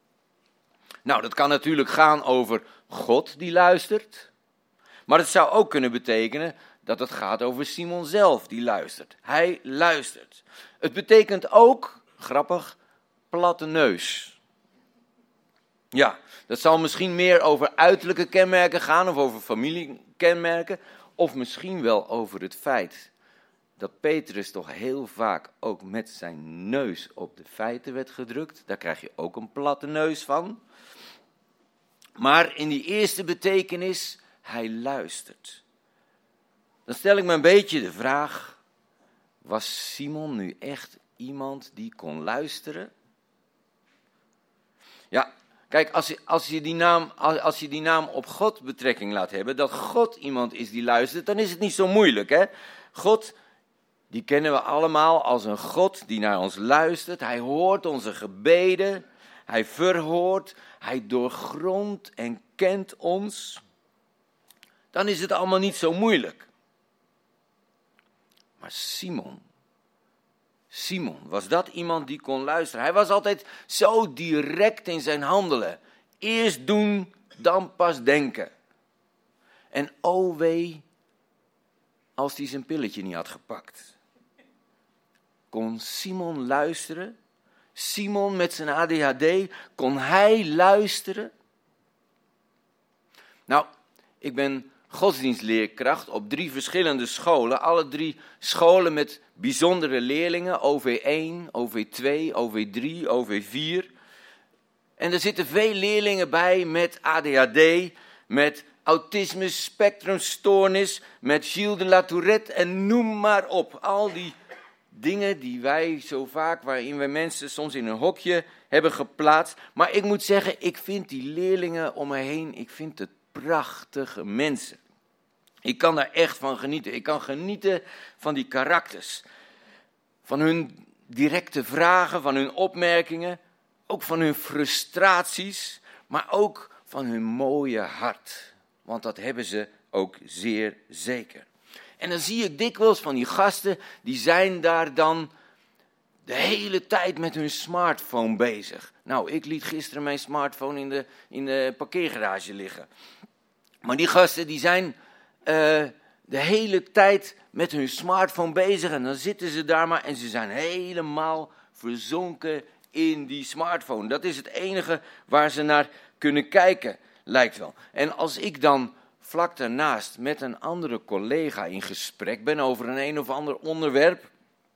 Nou, dat kan natuurlijk gaan over God die luistert. Maar het zou ook kunnen betekenen dat het gaat over Simon zelf die luistert. Hij luistert. Het betekent ook, grappig, platte neus. Ja, dat zal misschien meer over uiterlijke kenmerken gaan of over familiekenmerken. Of misschien wel over het feit dat Petrus toch heel vaak ook met zijn neus op de feiten werd gedrukt. Daar krijg je ook een platte neus van. Maar in die eerste betekenis, hij luistert. Dan stel ik me een beetje de vraag, was Simon nu echt iemand die kon luisteren? Ja, kijk, als je die naam op God betrekking laat hebben, dat God iemand is die luistert, dan is het niet zo moeilijk, hè? God, die kennen we allemaal als een God die naar ons luistert. Hij hoort onze gebeden, hij verhoort, hij doorgrondt en kent ons. Dan is het allemaal niet zo moeilijk. Maar Simon, was dat iemand die kon luisteren? Hij was altijd zo direct in zijn handelen. Eerst doen, dan pas denken. En oh wee, als hij zijn pilletje niet had gepakt. Kon Simon luisteren? Simon met zijn ADHD, kon hij luisteren? Nou, ik ben godsdienstleerkracht op 3 verschillende scholen. Alle 3 scholen met bijzondere leerlingen. OV1, OV2, OV3, OV4. En er zitten veel leerlingen bij met ADHD, met autisme, spectrumstoornis, met Gilles de la Tourette en noem maar op. Al die dingen die wij zo vaak, waarin wij mensen soms in een hokje hebben geplaatst. Maar ik moet zeggen, ik vind die leerlingen om me heen, ik vind het prachtige mensen. Ik kan daar echt van genieten. Ik kan genieten van die karakters. Van hun directe vragen, van hun opmerkingen. Ook van hun frustraties. Maar ook van hun mooie hart. Want dat hebben ze ook zeer zeker. En dan zie ik dikwijls van die gasten, die zijn daar dan de hele tijd met hun smartphone bezig. Nou, ik liet gisteren mijn smartphone in de parkeergarage liggen. Maar die gasten die zijn de hele tijd met hun smartphone bezig en dan zitten ze daar maar en ze zijn helemaal verzonken in die smartphone. Dat is het enige waar ze naar kunnen kijken, lijkt wel. En als ik dan vlak daarnaast met een andere collega in gesprek ben over een of ander onderwerp,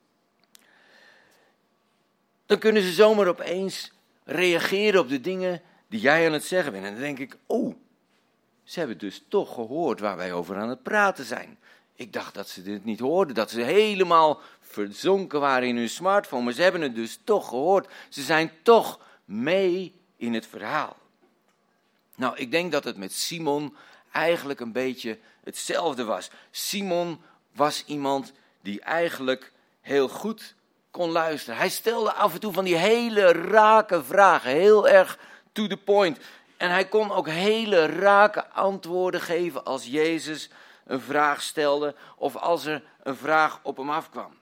dan kunnen ze zomaar opeens reageren op de dingen die jij aan het zeggen bent. En dan denk ik, ze hebben dus toch gehoord waar wij over aan het praten zijn. Ik dacht dat ze dit niet hoorden, dat ze helemaal verzonken waren in hun smartphone, maar ze hebben het dus toch gehoord. Ze zijn toch mee in het verhaal. Nou, ik denk dat het met Simon eigenlijk een beetje hetzelfde was. Simon was iemand die eigenlijk heel goed kon luisteren. Hij stelde af en toe van die hele rake vragen, heel erg to the point. En hij kon ook hele rake antwoorden geven als Jezus een vraag stelde of als er een vraag op hem afkwam.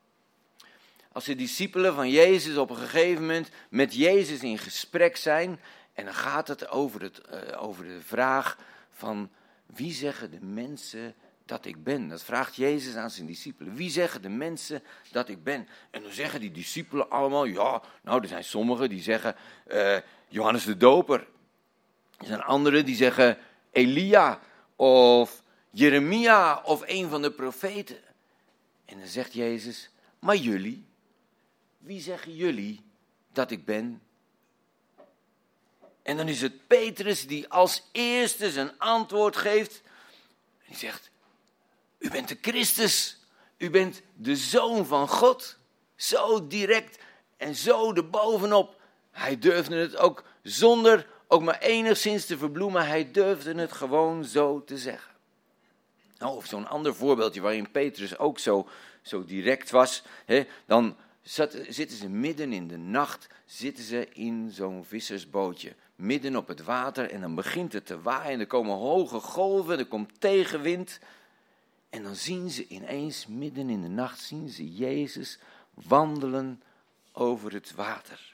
Als de discipelen van Jezus op een gegeven moment met Jezus in gesprek zijn, en dan gaat het over de vraag van wie zeggen de mensen dat ik ben? Dat vraagt Jezus aan zijn discipelen. Wie zeggen de mensen dat ik ben? En dan zeggen die discipelen allemaal, er zijn sommigen die zeggen Johannes de Doper. Er zijn anderen die zeggen Elia of Jeremia of een van de profeten. En dan zegt Jezus, maar jullie, wie zeggen jullie dat ik ben? En dan is het Petrus die als eerste zijn antwoord geeft. Die zegt, u bent de Christus, u bent de Zoon van God. Zo direct en zo erbovenop. Hij durfde het ook zonder ook maar enigszins te verbloemen. Hij durfde het gewoon zo te zeggen. Nou, of zo'n ander voorbeeldje waarin Petrus ook zo direct was. Dan zitten ze midden in de nacht, zitten ze in zo'n vissersbootje. Midden op het water en dan begint het te waaien. Er komen hoge golven, er komt tegenwind. En dan zien ze ineens, midden in de nacht, zien ze Jezus wandelen over het water.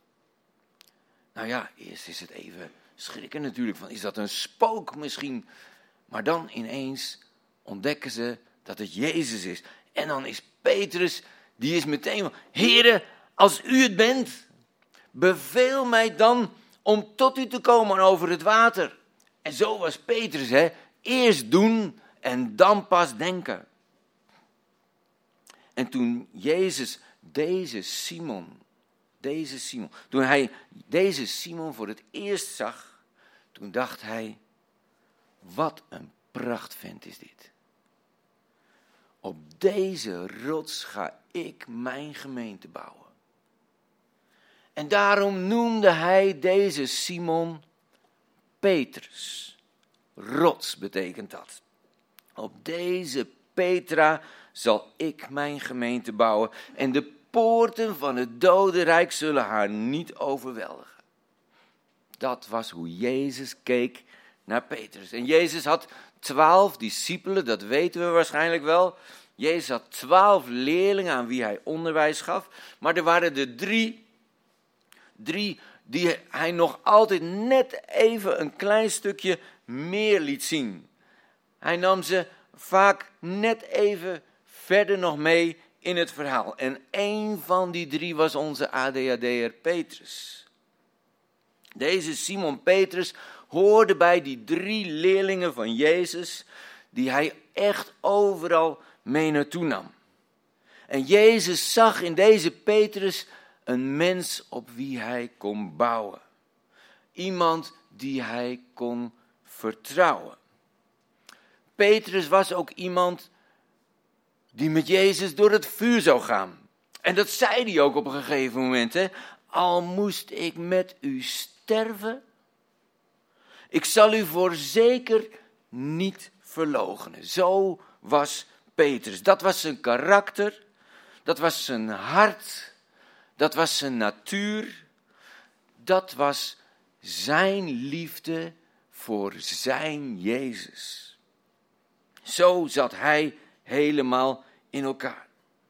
Nou ja, eerst is het even schrikken natuurlijk, van is dat een spook misschien? Maar dan ineens ontdekken ze dat het Jezus is. En dan is Petrus, die is meteen van, Heere, als u het bent, beveel mij dan om tot u te komen over het water. En zo was Petrus, eerst doen en dan pas denken. En toen Jezus toen hij deze Simon voor het eerst zag, toen dacht hij, wat een prachtvent is dit. Op deze rots ga ik mijn gemeente bouwen. En daarom noemde hij deze Simon Petrus. Rots betekent dat. Op deze Petra zal ik mijn gemeente bouwen. En de poorten van het dodenrijk zullen haar niet overweldigen. Dat was hoe Jezus keek naar Petrus. En Jezus had 12 discipelen, dat weten we waarschijnlijk wel. Jezus had 12 leerlingen aan wie hij onderwijs gaf. Maar er waren er drie die hij nog altijd net even een klein stukje meer liet zien. Hij nam ze vaak net even verder nog mee in het verhaal. En één van die 3 was onze ADHD'er Petrus. Deze Simon Petrus hoorde bij die 3 leerlingen van Jezus, die hij echt overal mee naartoe nam. En Jezus zag in deze Petrus een mens op wie hij kon bouwen. Iemand die hij kon vertrouwen. Petrus was ook iemand die met Jezus door het vuur zou gaan. En dat zei hij ook op een gegeven moment. Al moest ik met u sterven, ik zal u voorzeker niet verloochenen. Zo was Petrus. Dat was zijn karakter, dat was zijn hart, dat was zijn natuur, dat was zijn liefde voor zijn Jezus. Zo zat hij helemaal in elkaar.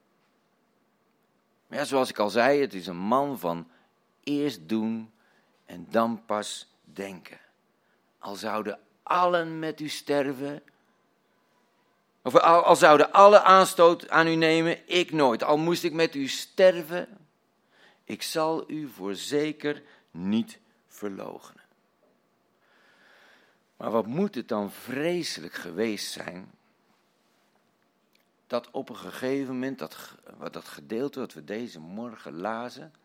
Maar ja, zoals ik al zei, het is een man van eerst doen en dan pas denken. Al zouden allen met u sterven, of al zouden alle aanstoot aan u nemen, ik nooit. Al moest ik met u sterven, ik zal u voorzeker niet verloochenen. Maar wat moet het dan vreselijk geweest zijn, dat op een gegeven moment, dat gedeelte wat we deze morgen lazen,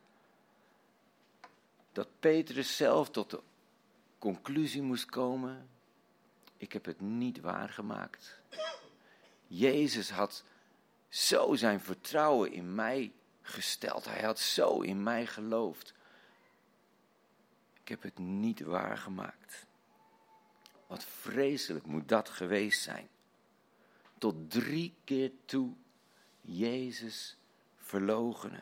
dat Petrus zelf tot de conclusie moest komen, ik heb het niet waargemaakt. Jezus had zo zijn vertrouwen in mij gesteld. Hij had zo in mij geloofd. Ik heb het niet waargemaakt. Wat vreselijk moet dat geweest zijn. Tot 3 keer toe Jezus verloochenen.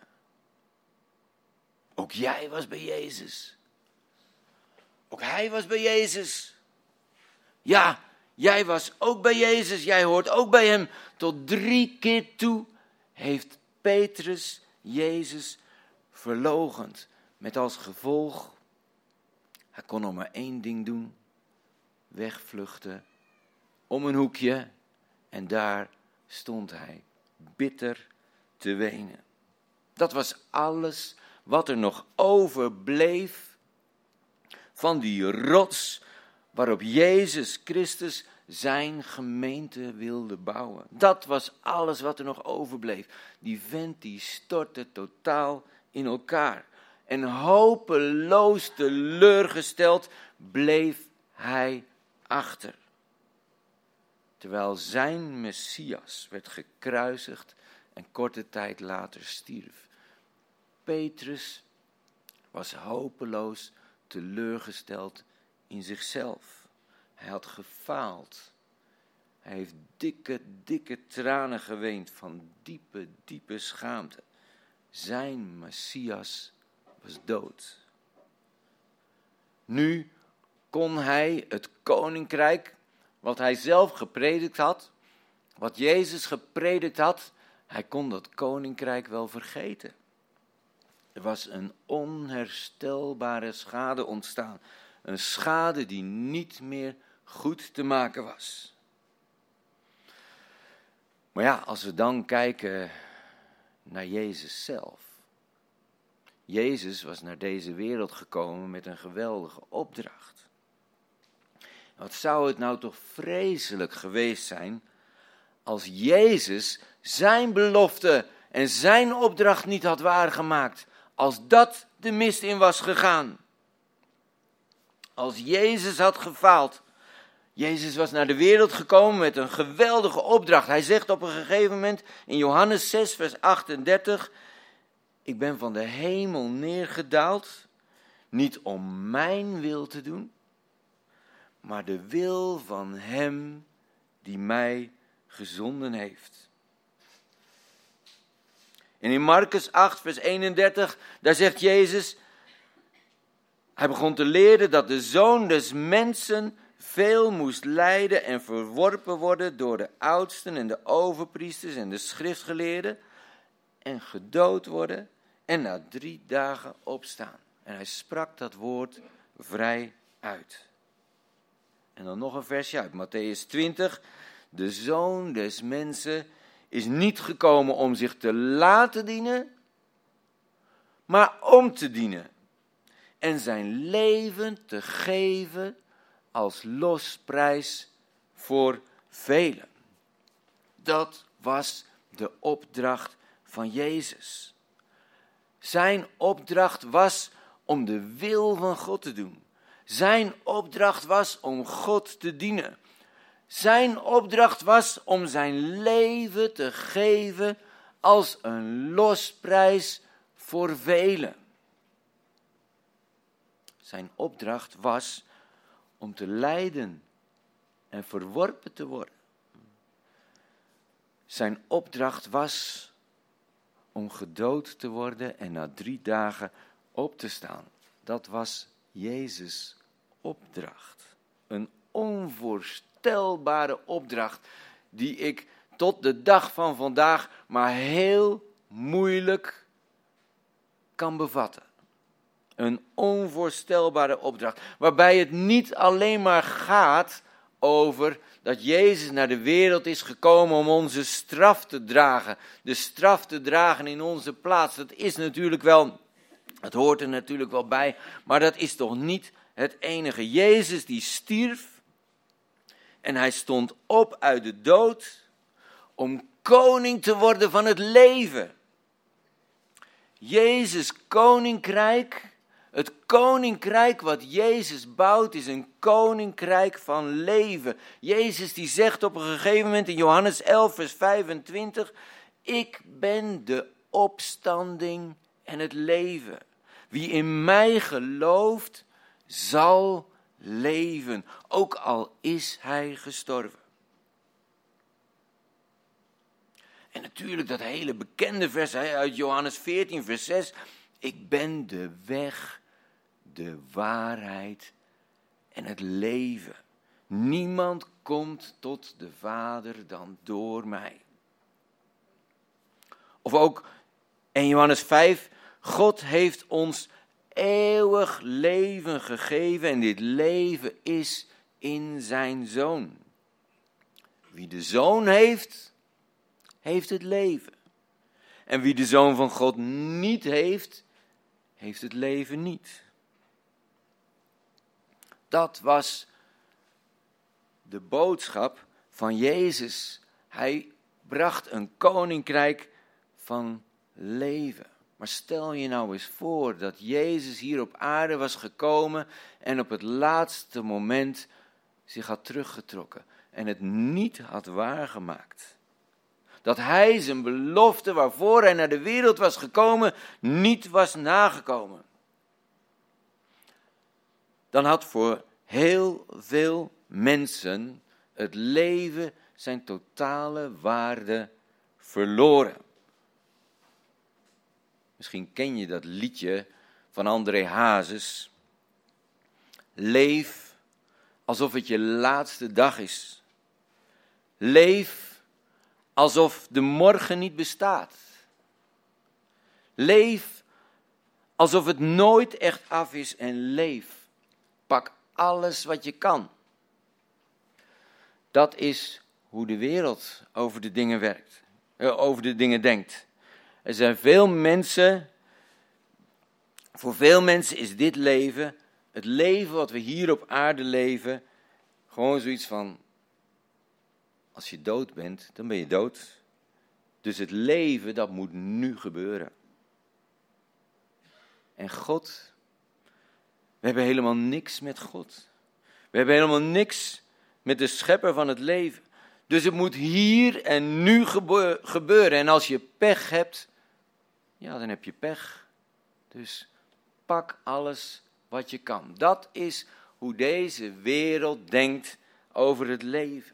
Ook jij was bij Jezus. Ook hij was bij Jezus. Ja, jij was ook bij Jezus. Jij hoort ook bij hem. Tot 3 keer toe heeft Petrus Jezus verloochend. Met als gevolg, hij kon nog maar 1 ding doen. Wegvluchten. Om een hoekje. En daar stond hij bitter te wenen. Dat was alles wat er nog overbleef van die rots waarop Jezus Christus zijn gemeente wilde bouwen. Dat was alles wat er nog overbleef. Die vent die stortte totaal in elkaar. En hopeloos teleurgesteld bleef hij achter. Terwijl zijn Messias werd gekruisigd en korte tijd later stierf. Petrus was hopeloos teleurgesteld in zichzelf. Hij had gefaald. Hij heeft dikke tranen geweend van diepe schaamte. Zijn Messias was dood. Nu kon hij het koninkrijk, wat hij zelf gepredikt had, wat Jezus gepredikt had, hij kon dat koninkrijk wel vergeten. Er was een onherstelbare schade ontstaan. Een schade die niet meer goed te maken was. Maar ja, als we dan kijken naar Jezus zelf. Jezus was naar deze wereld gekomen met een geweldige opdracht. Wat zou het nou toch vreselijk geweest zijn als Jezus zijn belofte en zijn opdracht niet had waargemaakt. Als dat de mist in was gegaan. Als Jezus had gefaald. Jezus was naar de wereld gekomen met een geweldige opdracht. Hij zegt op een gegeven moment in Johannes 6 vers 38. Ik ben van de hemel neergedaald. Niet om mijn wil te doen. Maar de wil van hem die mij gezonden heeft. En in Markus 8 vers 31, daar zegt Jezus, hij begon te leren dat de Zoon des Mensen veel moest lijden en verworpen worden door de oudsten en de overpriesters en de schriftgeleerden en gedood worden en na 3 dagen opstaan. En hij sprak dat woord vrij uit. En dan nog een versje uit Mattheüs 20. De Zoon des Mensen is niet gekomen om zich te laten dienen, maar om te dienen. En zijn leven te geven als losprijs voor velen. Dat was de opdracht van Jezus. Zijn opdracht was om de wil van God te doen. Zijn opdracht was om God te dienen. Zijn opdracht was om zijn leven te geven als een losprijs voor velen. Zijn opdracht was om te lijden en verworpen te worden. Zijn opdracht was om gedood te worden en na 3 dagen op te staan. Dat was Jezus' opdracht. Een onvoorstelbare opdracht die ik tot de dag van vandaag maar heel moeilijk kan bevatten. Een onvoorstelbare opdracht, waarbij het niet alleen maar gaat over dat Jezus naar de wereld is gekomen om onze straf te dragen. De straf te dragen in onze plaats, dat is natuurlijk wel, het hoort er natuurlijk wel bij, maar dat is toch niet het enige. Jezus die stierf en hij stond op uit de dood om koning te worden van het leven. Jezus' koninkrijk, het koninkrijk wat Jezus bouwt, is een koninkrijk van leven. Jezus die zegt op een gegeven moment in Johannes 11 vers 25, ik ben de opstanding en het leven. Wie in mij gelooft, zal leven, ook al is hij gestorven. En natuurlijk dat hele bekende vers uit Johannes 14 vers 6. Ik ben de weg, de waarheid en het leven. Niemand komt tot de Vader dan door mij. Of ook in Johannes 5, God heeft ons eeuwig leven gegeven en dit leven is in zijn Zoon. Wie de Zoon heeft, heeft het leven. En wie de Zoon van God niet heeft, heeft het leven niet. Dat was de boodschap van Jezus. Hij bracht een koninkrijk van leven. Maar stel je nou eens voor dat Jezus hier op aarde was gekomen en op het laatste moment zich had teruggetrokken en het niet had waargemaakt. Dat hij zijn belofte waarvoor hij naar de wereld was gekomen niet was nagekomen. Dan had voor heel veel mensen het leven zijn totale waarde verloren. Misschien ken je dat liedje van André Hazes. Leef alsof het je laatste dag is. Leef alsof de morgen niet bestaat. Leef alsof het nooit echt af is en leef. Pak alles wat je kan. Dat is hoe de wereld over de dingen werkt, over de dingen denkt. Er zijn veel mensen, voor veel mensen is dit leven, het leven wat we hier op aarde leven, gewoon zoiets van, als je dood bent, dan ben je dood. Dus het leven, dat moet nu gebeuren. En God, we hebben helemaal niks met God. We hebben helemaal niks met de schepper van het leven. Dus het moet hier en nu gebeuren. En als je pech hebt, ja, dan heb je pech. Dus pak alles wat je kan. Dat is hoe deze wereld denkt over het leven.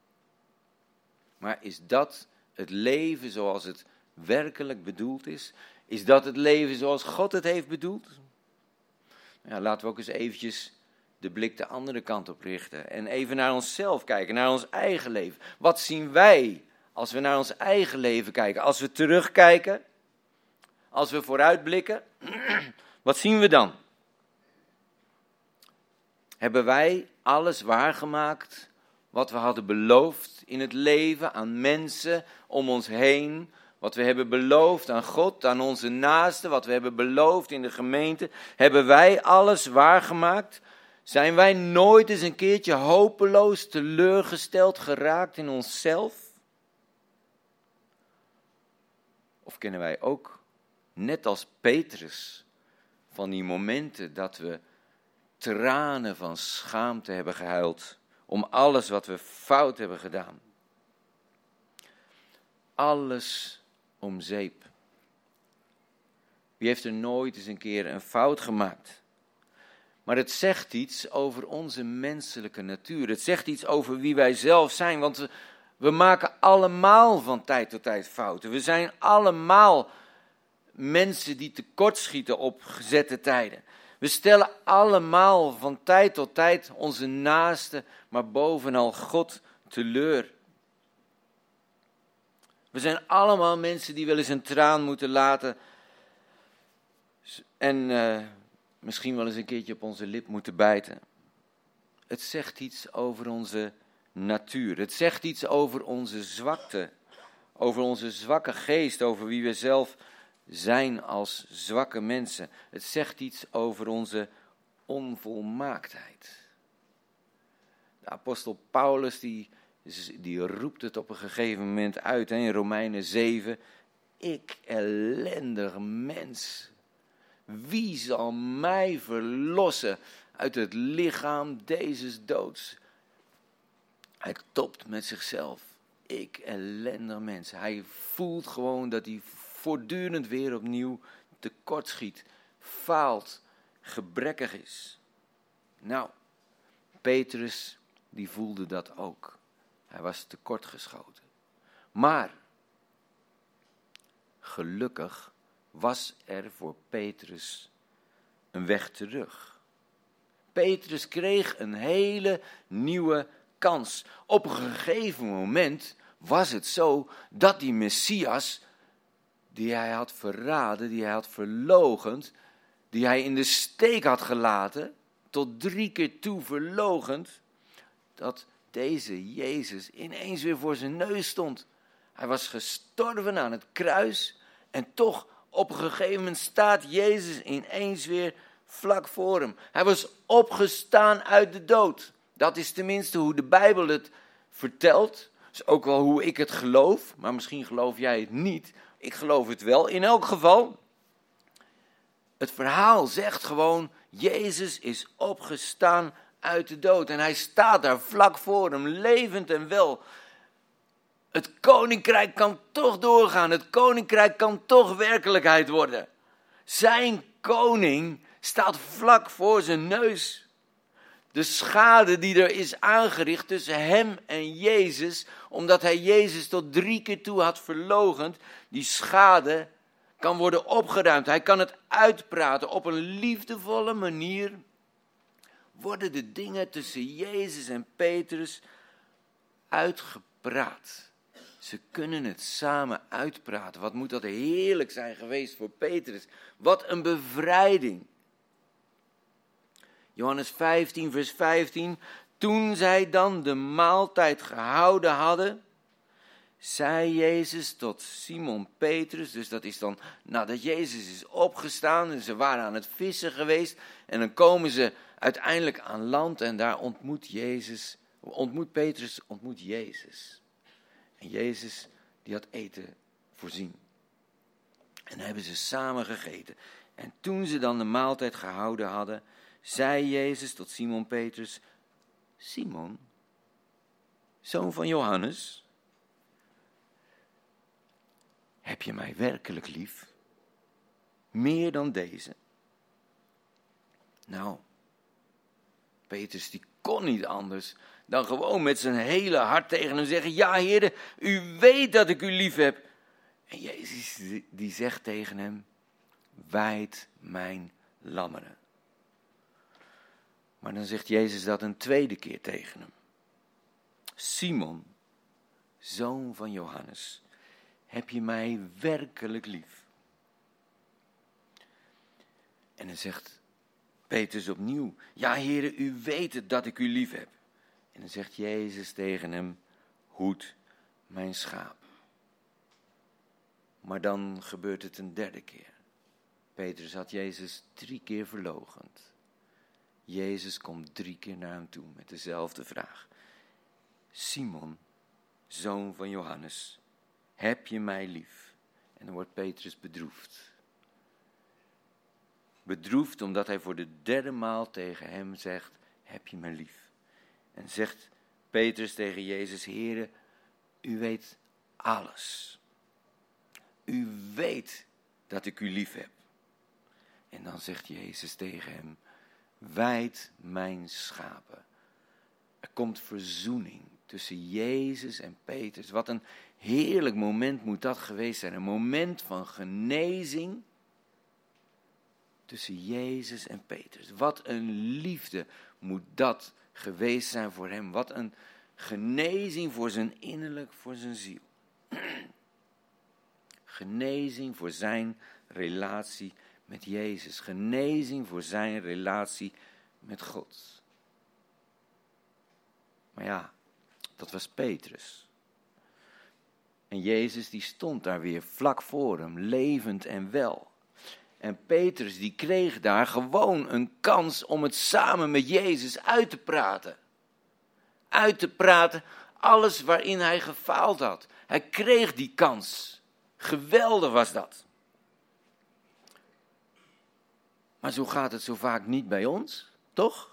Maar is dat het leven zoals het werkelijk bedoeld is? Is dat het leven zoals God het heeft bedoeld? Ja, laten we ook eens eventjes de blik de andere kant op richten. En even naar onszelf kijken, naar ons eigen leven. Wat zien wij als we naar ons eigen leven kijken? Als we terugkijken, als we vooruitblikken, wat zien we dan? Hebben wij alles waargemaakt wat we hadden beloofd in het leven aan mensen om ons heen? Wat we hebben beloofd aan God, aan onze naasten, wat we hebben beloofd in de gemeente. Hebben wij alles waargemaakt? Zijn wij nooit eens een keertje hopeloos teleurgesteld geraakt in onszelf? Of kennen wij ook, net als Petrus, van die momenten dat we tranen van schaamte hebben gehuild om alles wat we fout hebben gedaan? Alles om zeep. Wie heeft er nooit eens een keer een fout gemaakt? Maar het zegt iets over onze menselijke natuur. Het zegt iets over wie wij zelf zijn. Want we maken allemaal van tijd tot tijd fouten. We zijn allemaal mensen die tekortschieten op gezette tijden. We stellen allemaal van tijd tot tijd onze naasten, maar bovenal God teleur. We zijn allemaal mensen die wel eens een traan moeten laten en misschien wel eens een keertje op onze lip moeten bijten. Het zegt iets over onze natuur. Het zegt iets over onze zwakte, over onze zwakke geest, over wie we zelf zijn als zwakke mensen. Het zegt iets over onze onvolmaaktheid. De apostel Paulus die roept het op een gegeven moment uit in Romeinen 7. Ik ellendig mens, wie zal mij verlossen uit het lichaam deze doods? Hij topt met zichzelf. Ik ellendig mens. Hij voelt gewoon dat hij voortdurend weer opnieuw tekortschiet, faalt, gebrekkig is. Nou, Petrus die voelde dat ook. Hij was tekortgeschoten. Maar gelukkig was er voor Petrus een weg terug. Petrus kreeg een hele nieuwe kans. Op een gegeven moment was het zo dat die Messias, die hij had verraden, die hij had verloochend, die hij in de steek had gelaten, tot 3 keer toe verloochend, dat deze Jezus ineens weer voor zijn neus stond. Hij was gestorven aan het kruis en toch op een gegeven moment staat Jezus ineens weer vlak voor hem. Hij was opgestaan uit de dood. Dat is tenminste hoe de Bijbel het vertelt. Dat is ook wel hoe ik het geloof, maar misschien geloof jij het niet. Ik geloof het wel. In elk geval, het verhaal zegt gewoon, Jezus is opgestaan uit de dood. En hij staat daar vlak voor hem, levend en wel. Het koninkrijk kan toch doorgaan. Het koninkrijk kan toch werkelijkheid worden. Zijn koning staat vlak voor zijn neus. De schade die er is aangericht tussen hem en Jezus, omdat hij Jezus tot 3 keer toe had verloochend, die schade kan worden opgeruimd. Hij kan het uitpraten op een liefdevolle manier. Worden de dingen tussen Jezus en Petrus uitgepraat. Ze kunnen het samen uitpraten. Wat moet dat heerlijk zijn geweest voor Petrus. Wat een bevrijding. Johannes 15, vers 15. Toen zij dan de maaltijd gehouden hadden, zei Jezus tot Simon Petrus, dus dat is dan nadat Jezus is opgestaan en ze waren aan het vissen geweest en dan komen ze uiteindelijk aan land en daar ontmoet Petrus Jezus. En Jezus die had eten voorzien. En hebben ze samen gegeten. En toen ze dan de maaltijd gehouden hadden, zei Jezus tot Simon Petrus, Simon, zoon van Johannes, heb je mij werkelijk lief? Meer dan deze? Nou, Petrus die kon niet anders dan gewoon met zijn hele hart tegen hem zeggen, ja Heere, u weet dat ik u lief heb. En Jezus die zegt tegen hem, wijd mijn lammeren. Maar dan zegt Jezus dat een tweede keer tegen hem. Simon, zoon van Johannes, heb je mij werkelijk lief? En dan zegt Petrus opnieuw, ja Heere, u weet het dat ik u lief heb. En dan zegt Jezus tegen hem, hoed mijn schaap. Maar dan gebeurt het een derde keer. Petrus had Jezus 3 keer verloochend. Jezus komt 3 keer naar hem toe met dezelfde vraag. Simon, zoon van Johannes, heb je mij lief? En dan wordt Petrus bedroefd. Bedroefd omdat hij voor de 3e maal tegen hem zegt, heb je mij lief? En zegt Petrus tegen Jezus, Heere, u weet alles. U weet dat ik u lief heb. En dan zegt Jezus tegen hem, wijd mijn schapen. Er komt verzoening tussen Jezus en Petrus. Wat een heerlijk moment moet dat geweest zijn. Een moment van genezing tussen Jezus en Petrus. Wat een liefde moet dat geweest zijn voor hem. Wat een genezing voor zijn innerlijk, voor zijn ziel. Genezing voor zijn relatie met Jezus. Genezing voor zijn relatie met God. Maar ja, dat was Petrus. En Jezus die stond daar weer vlak voor hem, levend en wel. En Petrus die kreeg daar gewoon een kans om het samen met Jezus uit te praten. uit te praten alles waarin hij gefaald had. Hij kreeg die kans. Geweldig was dat. Maar zo gaat het zo vaak niet bij ons, toch?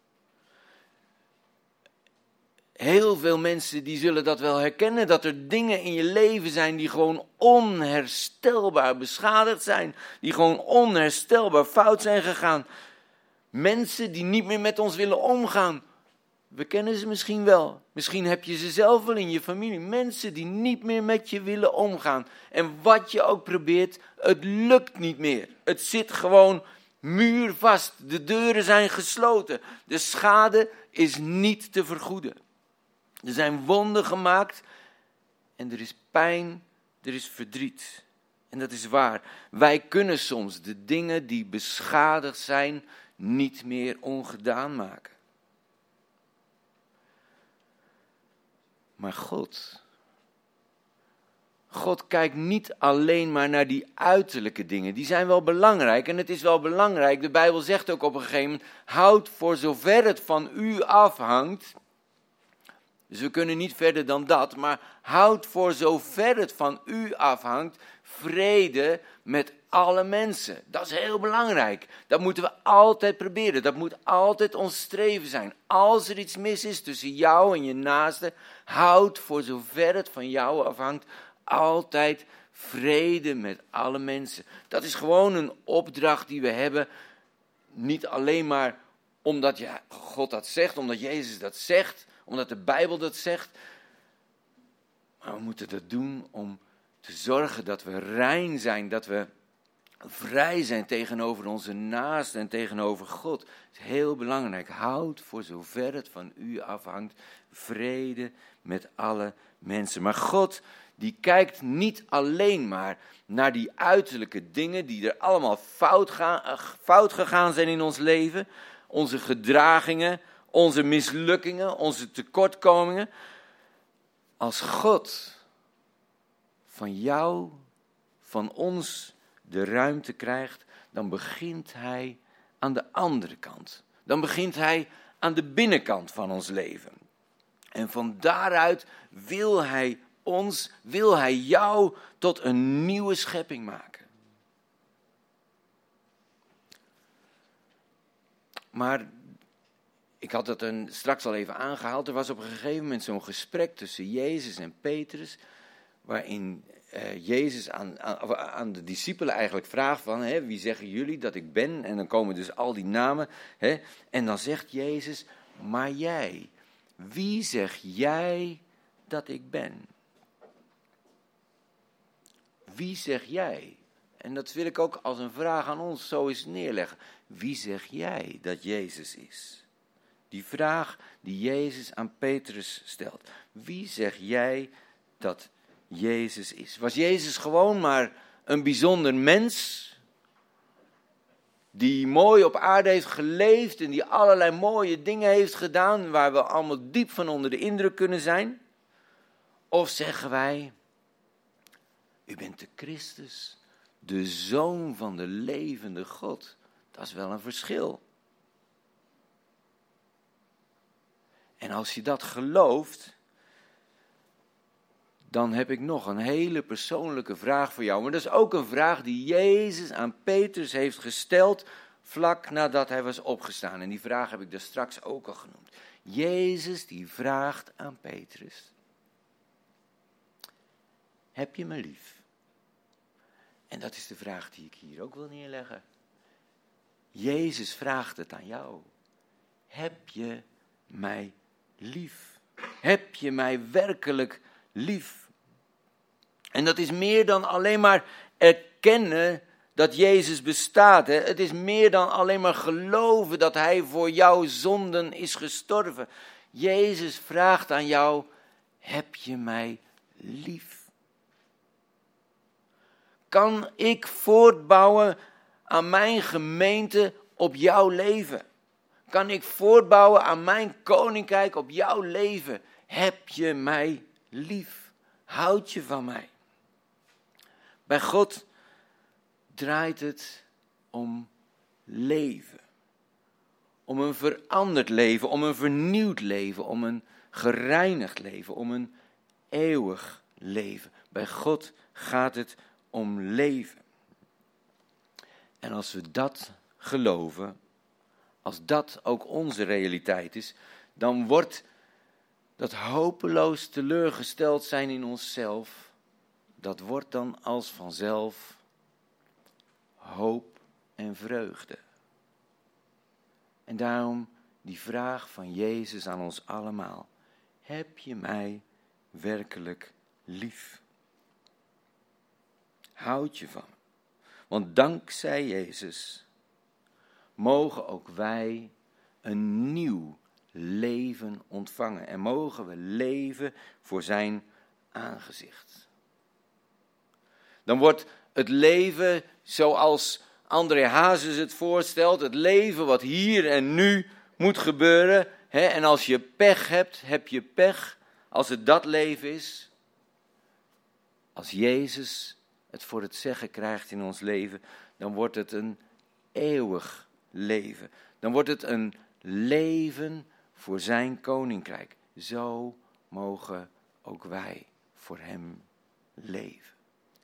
Heel veel mensen die zullen dat wel herkennen, dat er dingen in je leven zijn die gewoon onherstelbaar beschadigd zijn. Die gewoon onherstelbaar fout zijn gegaan. Mensen die niet meer met ons willen omgaan. We kennen ze misschien wel. Misschien heb je ze zelf wel in je familie. Mensen die niet meer met je willen omgaan. En wat je ook probeert, het lukt niet meer. Het zit gewoon muurvast. De deuren zijn gesloten. De schade is niet te vergoeden. Er zijn wonden gemaakt en er is pijn, er is verdriet. En dat is waar. Wij kunnen soms de dingen die beschadigd zijn niet meer ongedaan maken. Maar God kijkt niet alleen maar naar die uiterlijke dingen. Die zijn wel belangrijk en het is wel belangrijk. De Bijbel zegt ook op een gegeven moment, houd voor zover het van u afhangt. Dus we kunnen niet verder dan dat, maar houd voor zover het van u afhangt vrede met alle mensen. Dat is heel belangrijk. Dat moeten we altijd proberen. Dat moet altijd ons streven zijn. Als er iets mis is tussen jou en je naaste, houd voor zover het van jou afhangt altijd vrede met alle mensen. Dat is gewoon een opdracht die we hebben. Niet alleen maar omdat God dat zegt, omdat Jezus dat zegt, omdat de Bijbel dat zegt. Maar we moeten dat doen om te zorgen dat we rein zijn, dat we vrij zijn tegenover onze naasten en tegenover God. Het is heel belangrijk. Houd voor zover het van u afhangt vrede met alle mensen. Maar God, die kijkt niet alleen maar naar die uiterlijke dingen die er allemaal fout gegaan zijn in ons leven. Onze gedragingen, onze mislukkingen, onze tekortkomingen. Als God van jou, van ons de ruimte krijgt, dan begint hij aan de andere kant. Dan begint hij aan de binnenkant van ons leven. En van daaruit wil hij jou tot een nieuwe schepping maken. Maar ik had dat straks al even aangehaald. Er was op een gegeven moment zo'n gesprek tussen Jezus en Petrus, waarin Jezus aan de discipelen eigenlijk vraagt van, wie zeggen jullie dat ik ben? En dan komen dus al die namen. En dan zegt Jezus, maar jij, wie zeg jij dat ik ben? Wie zeg jij? En dat wil ik ook als een vraag aan ons zo eens neerleggen. Wie zeg jij dat Jezus is? Die vraag die Jezus aan Petrus stelt. Wie zeg jij dat Jezus is? Was Jezus gewoon maar een bijzonder mens, die mooi op aarde heeft geleefd en die allerlei mooie dingen heeft gedaan, waar we allemaal diep van onder de indruk kunnen zijn? Of zeggen wij, u bent de Christus, de Zoon van de levende God? Dat is wel een verschil. En als je dat gelooft, dan heb ik nog een hele persoonlijke vraag voor jou. Maar dat is ook een vraag die Jezus aan Petrus heeft gesteld vlak nadat hij was opgestaan. En die vraag heb ik daar straks ook al genoemd. Jezus die vraagt aan Petrus, heb je me lief? En dat is de vraag die ik hier ook wil neerleggen. Jezus vraagt het aan jou. Heb je mij lief? Heb je mij werkelijk lief? En dat is meer dan alleen maar erkennen dat Jezus bestaat. Het is meer dan alleen maar geloven dat hij voor jouw zonden is gestorven. Jezus vraagt aan jou, heb je mij lief? Kan ik voortbouwen aan mijn gemeente op jouw leven? Kan ik voortbouwen aan mijn koninkrijk op jouw leven? Heb je mij lief? Houd je van mij? Bij God draait het om leven. Om een veranderd leven, om een vernieuwd leven, om een gereinigd leven, om een eeuwig leven. Bij God gaat het om leven. En als we dat geloven, als dat ook onze realiteit is, dan wordt dat hopeloos teleurgesteld zijn in onszelf, dat wordt dan als vanzelf hoop en vreugde. En daarom die vraag van Jezus aan ons allemaal. Heb je mij werkelijk lief? Houd je van me? Want dankzij Jezus mogen ook wij een nieuw leven ontvangen. En mogen we leven voor zijn aangezicht. Dan wordt het leven zoals André Hazes het voorstelt. Het leven wat hier en nu moet gebeuren. En als je pech hebt, heb je pech. Als het dat leven is. Als Jezus het voor het zeggen krijgt in ons leven, dan wordt het een eeuwig leven. Dan wordt het een leven voor zijn koninkrijk. Zo mogen ook wij voor hem leven.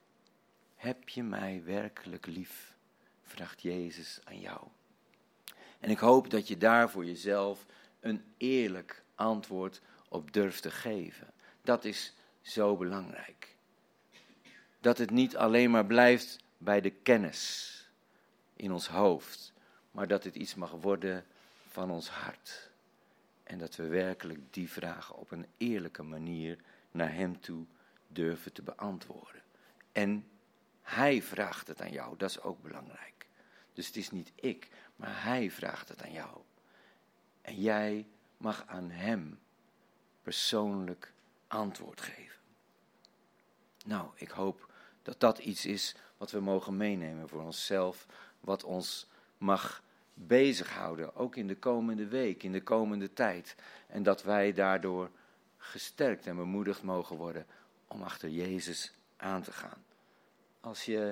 Heb je mij werkelijk lief? Vraagt Jezus aan jou. En ik hoop dat je daar voor jezelf een eerlijk antwoord op durft te geven. Dat is zo belangrijk. Dat het niet alleen maar blijft bij de kennis in ons hoofd, maar dat het iets mag worden van ons hart. En dat we werkelijk die vragen op een eerlijke manier naar hem toe durven te beantwoorden. En hij vraagt het aan jou, dat is ook belangrijk. Dus het is niet ik, maar hij vraagt het aan jou. En jij mag aan hem persoonlijk antwoord geven. Nou, ik hoop dat dat iets is wat we mogen meenemen voor onszelf, wat ons mag bezighouden, ook in de komende week, in de komende tijd. En dat wij daardoor gesterkt en bemoedigd mogen worden om achter Jezus aan te gaan. Als je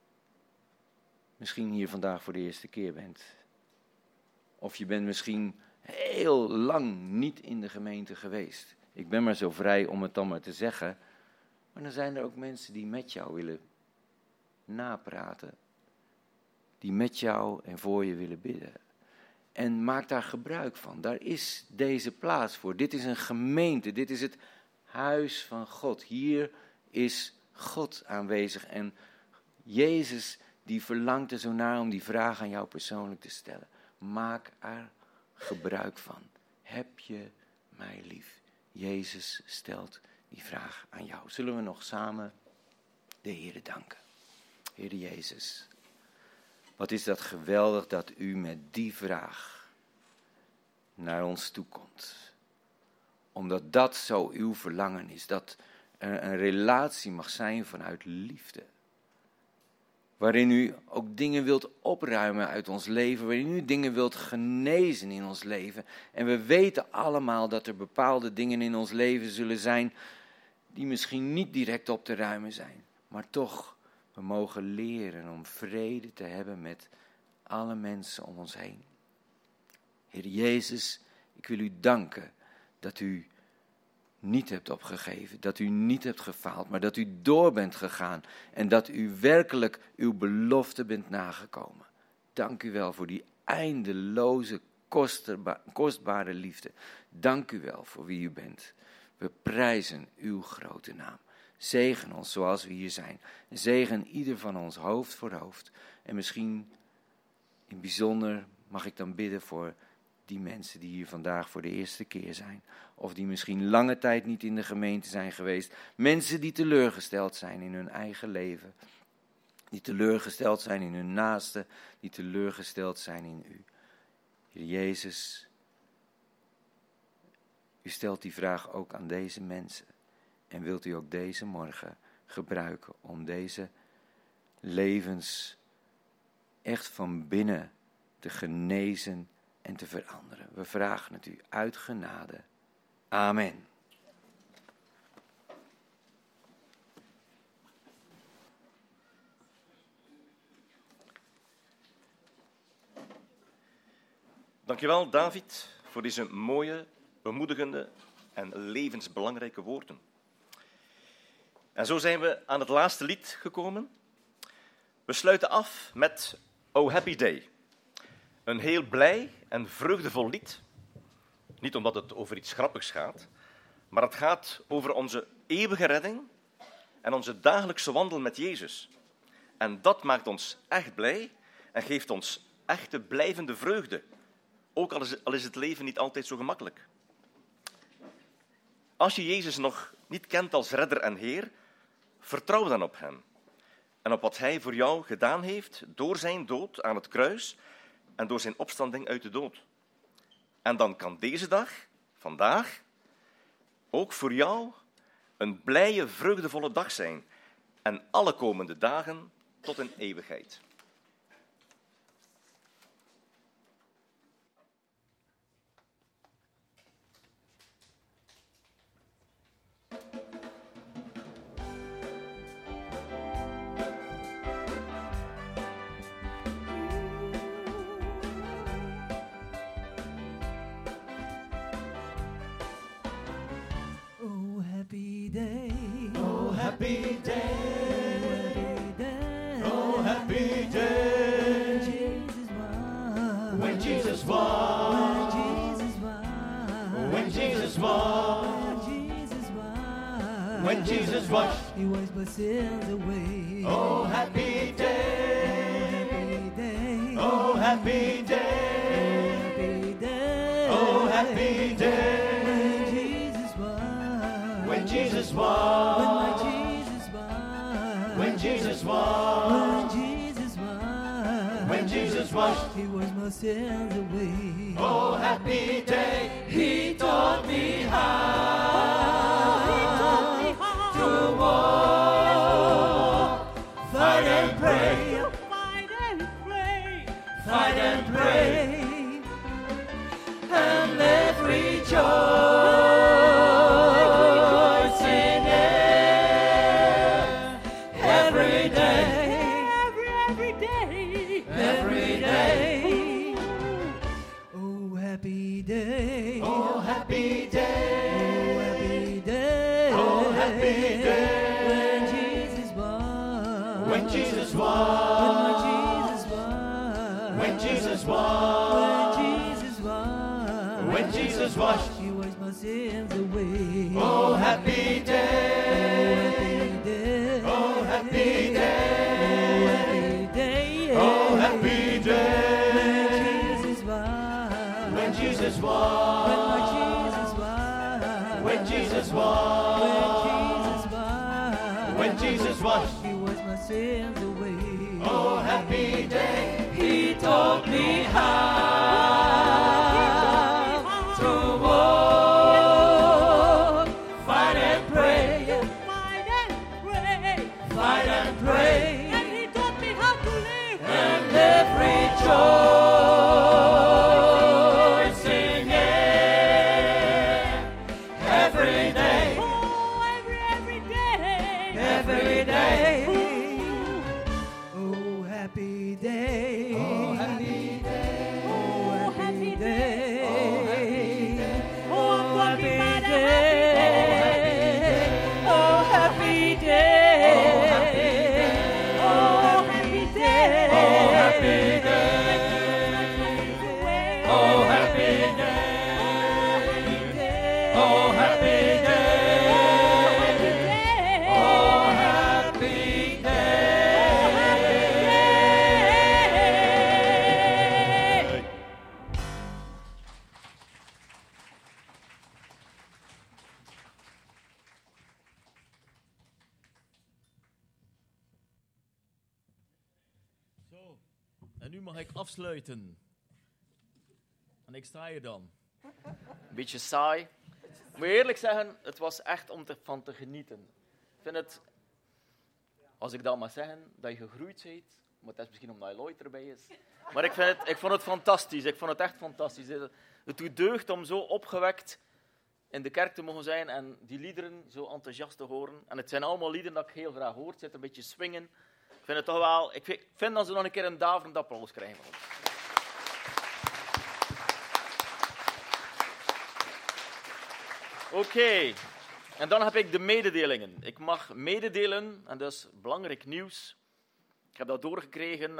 misschien hier vandaag voor de eerste keer bent, of je bent misschien heel lang niet in de gemeente geweest. Ik ben maar zo vrij om het dan maar te zeggen. Maar dan zijn er ook mensen die met jou willen napraten. Die met jou en voor je willen bidden. En maak daar gebruik van. Daar is deze plaats voor. Dit is een gemeente. Dit is het huis van God. Hier is God aanwezig. En Jezus die verlangt er zo naar om die vraag aan jou persoonlijk te stellen. Maak er gebruik van. Heb je mij lief? Jezus stelt die vraag aan jou. Zullen we nog samen de Heere danken? Heere Jezus, wat is dat geweldig dat u met die vraag naar ons toe komt. Omdat dat zo uw verlangen is, dat er een relatie mag zijn vanuit liefde. Waarin u ook dingen wilt opruimen uit ons leven, waarin u dingen wilt genezen in ons leven. En we weten allemaal dat er bepaalde dingen in ons leven zullen zijn die misschien niet direct op te ruimen zijn. Maar toch, we mogen leren om vrede te hebben met alle mensen om ons heen. Heer Jezus, ik wil u danken dat u niet hebt opgegeven, dat u niet hebt gefaald, maar dat u door bent gegaan en dat u werkelijk uw belofte bent nagekomen. Dank u wel voor die eindeloze, kostbare liefde. Dank u wel voor wie u bent. We prijzen uw grote naam. Zegen ons zoals we hier zijn. Zegen ieder van ons hoofd voor hoofd. En misschien in bijzonder mag ik dan bidden voor die mensen die hier vandaag voor de eerste keer zijn. Of die misschien lange tijd niet in de gemeente zijn geweest. Mensen die teleurgesteld zijn in hun eigen leven. Die teleurgesteld zijn in hun naasten. Die teleurgesteld zijn in u. Heer Jezus, u stelt die vraag ook aan deze mensen. En wilt u ook deze morgen gebruiken om deze levens echt van binnen te genezen en te veranderen. We vragen het u uit genade. Amen. Dankjewel David voor deze mooie, bemoedigende en levensbelangrijke woorden. En zo zijn we aan het laatste lied gekomen. We sluiten af met Oh Happy Day. Een heel blij en vreugdevol lied. Niet omdat het over iets grappigs gaat, maar het gaat over onze eeuwige redding en onze dagelijkse wandel met Jezus. En dat maakt ons echt blij en geeft ons echte blijvende vreugde. Ook al is het leven niet altijd zo gemakkelijk. Als je Jezus nog niet kent als redder en Heer, vertrouw dan op hem. En op wat hij voor jou gedaan heeft door zijn dood aan het kruis en door zijn opstanding uit de dood. En dan kan deze dag, vandaag, ook voor jou een blije, vreugdevolle dag zijn. En alle komende dagen tot in eeuwigheid. Happy day, oh happy day, when Jesus won, when Jesus won, when Jesus washed, He washed my sins away. Oh happy day, oh happy day, oh happy day, when Jesus won, when Jesus won, when Jesus washed, He washed my sins away. Oh, happy day, He taught me how to walk, fight and pray, fight and pray, and let rejoice. When Jesus washed, He washed my sins away. Oh, happy day, oh, happy day, oh, happy day, when Jesus washed, when Jesus washed, He washed my sins away. Oh, happy day, He taught me how to walk, fight and pray, fight and pray, and He taught me how to live, and live rejoicing, yeah, every day, oh, every day, every day. Oh, happy day, oh, happy day, oh, happy day, oh, happy day, oh, happy day, oh, happy day, oh, happy day, oh, happy day, oh, happy day, oh, happy day. Zo, en nu mag ik afsluiten. En ik sta hier dan. Een beetje saai. Ik moet eerlijk zeggen, het was echt om van te genieten. Ik vind het, als ik dat mag zeggen, dat je gegroeid bent. Maar dat is misschien omdat Lloyd erbij is. Maar ik vond het fantastisch. Ik vond het echt fantastisch. Het doet deugd om zo opgewekt in de kerk te mogen zijn en die liederen zo enthousiast te horen. En het zijn allemaal liederen dat ik heel graag hoor. Het zit een beetje swingen. Ik vind het toch wel... Ik vind dat ze nog een keer een daverend applaus krijgen van ons. Oké. En dan heb ik de mededelingen. Ik mag mededelen, en dat is belangrijk nieuws. Ik heb dat doorgekregen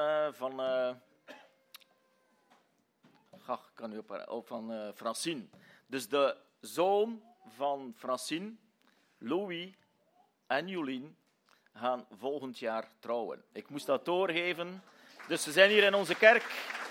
van Francine. Dus de zoon van Francine, Louis en Jolien gaan volgend jaar trouwen. Ik moest dat doorgeven. Dus ze zijn hier in onze kerk.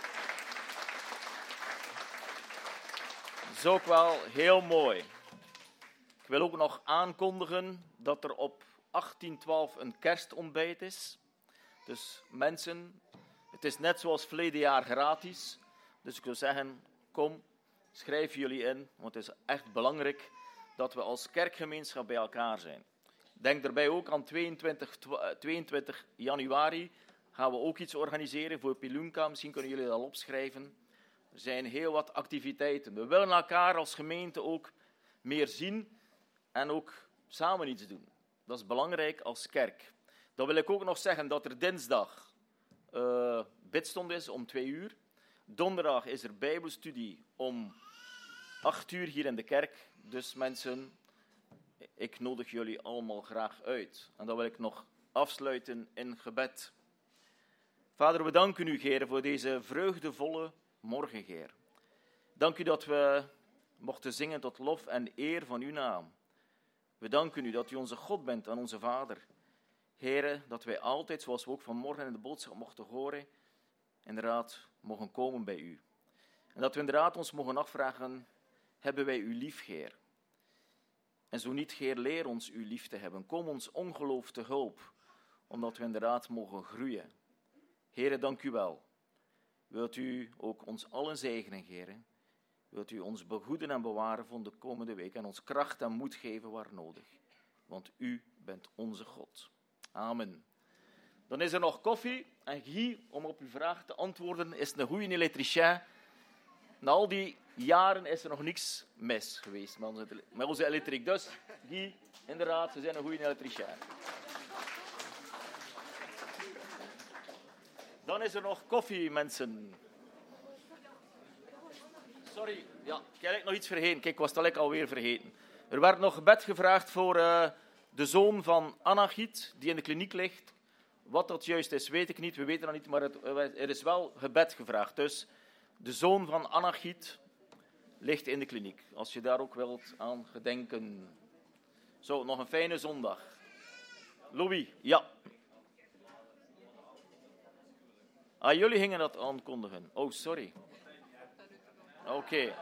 Dat is ook wel heel mooi. Ik wil ook nog aankondigen dat er op 18/12 een kerstontbijt is. Dus mensen, het is net zoals verleden jaar gratis. Dus ik wil zeggen, kom, schrijf jullie in. Want het is echt belangrijk dat we als kerkgemeenschap bij elkaar zijn. Denk daarbij ook aan 22 januari gaan we ook iets organiseren voor Pilunka. Misschien kunnen jullie dat al opschrijven. Er zijn heel wat activiteiten. We willen elkaar als gemeente ook meer zien en ook samen iets doen. Dat is belangrijk als kerk. Dan wil ik ook nog zeggen dat er dinsdag bidstond is om 2 uur. Donderdag is er bijbelstudie om 8 uur hier in de kerk. Dus mensen, ik nodig jullie allemaal graag uit. En dan wil ik nog afsluiten in gebed. Vader, we danken u, Heer, voor deze vreugdevolle morgen, Heer. Dank u dat we mochten zingen tot lof en eer van uw naam. We danken u dat u onze God bent en onze Vader. Heer, dat wij altijd, zoals we ook vanmorgen in de boodschap mochten horen, inderdaad mogen komen bij u. En dat we inderdaad ons mogen afvragen, hebben wij u lief, Heer? En zo niet, Heer, leer ons u lief te hebben. Kom ons ongeloof te hulp, omdat we inderdaad mogen groeien. Heer, dank u wel. Wilt u ook ons allen zegenen, Heer? Wilt u ons behoeden en bewaren voor de komende week en ons kracht en moed geven waar nodig? Want u bent onze God. Amen. Dan is er nog koffie. En Guy, om op uw vraag te antwoorden, is een goede elektricien. Na al die jaren is er nog niks mis geweest met onze elektriek. Dus Guy, inderdaad, ze zijn een goede elektricien. Dan is er nog koffie, mensen. Sorry, ja, ik heb nog iets vergeten. Kijk, ik was het alweer vergeten. Er werd nog gebed gevraagd voor de zoon van Annagiet, die in de kliniek ligt. Wat dat juist is, weet ik niet. We weten dat niet, maar er is wel gebed gevraagd. Dus de zoon van Annagiet ligt in de kliniek. Als je daar ook wilt aan gedenken. Zo, nog een fijne zondag. Louis, ja. Ah, jullie gingen dat aankondigen. Oh, sorry. Oké.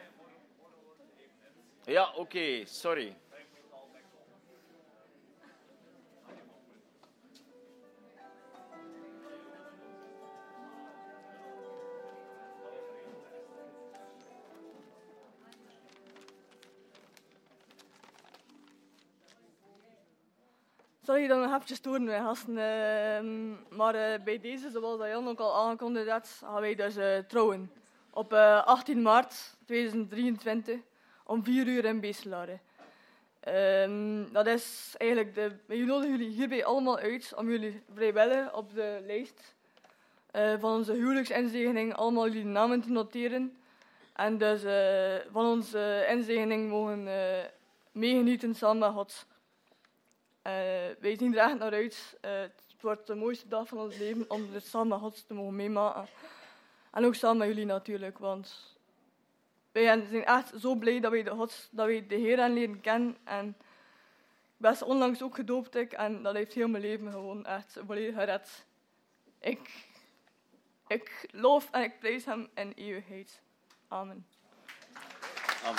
Ja, oké, sorry. Sorry dat we nog even storen, wij gasten. Maar bij deze, zoals dat Jan ook al aangekondigd had, gaan wij dus trouwen. Op 18 maart 2023 om 4 uur in Beeselare. Dat is eigenlijk we nodigen jullie hierbij allemaal uit om jullie vrijwillig op de lijst van onze huwelijksinzegening allemaal jullie namen te noteren. En dus van onze inzegening mogen meegenieten samen met God. Wij zien er echt naar uit. Het wordt de mooiste dag van ons leven om dit samen met God te mogen meemaken. En ook samen met jullie natuurlijk, want wij zijn echt zo blij dat wij de Heer leren kennen. En ik ben onlangs ook gedoopt en dat heeft heel mijn leven gewoon echt volledig gered. Ik loof en ik prijs hem in eeuwigheid. Amen. Amen.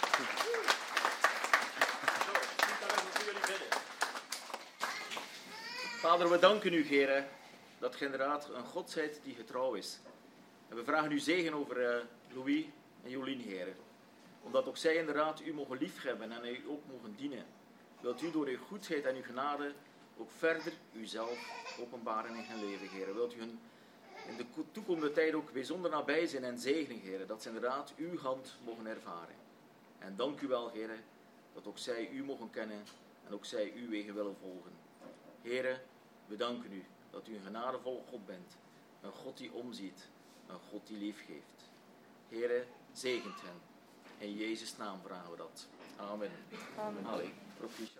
Vader, we danken u, Heer, dat je inderdaad een God zijt die getrouw is. En we vragen u zegen over Louis en Jolien, Heer. Omdat ook zij inderdaad u mogen liefhebben en u ook mogen dienen. Wilt u door uw goedheid en uw genade ook verder uzelf openbaren in hun leven, Heer. Wilt u hun in de toekomende tijd ook bijzonder nabij zijn en zegenen, Heer. Dat ze inderdaad uw hand mogen ervaren. En dank u wel, Heer, dat ook zij u mogen kennen en ook zij uw wegen willen volgen. Heer, we danken u dat u een genadevolle God bent. Een God die omziet. Een God die lief geeft. Heere, zegent hen. In Jezus' naam vragen we dat. Amen. Amen. Allee, proficiat.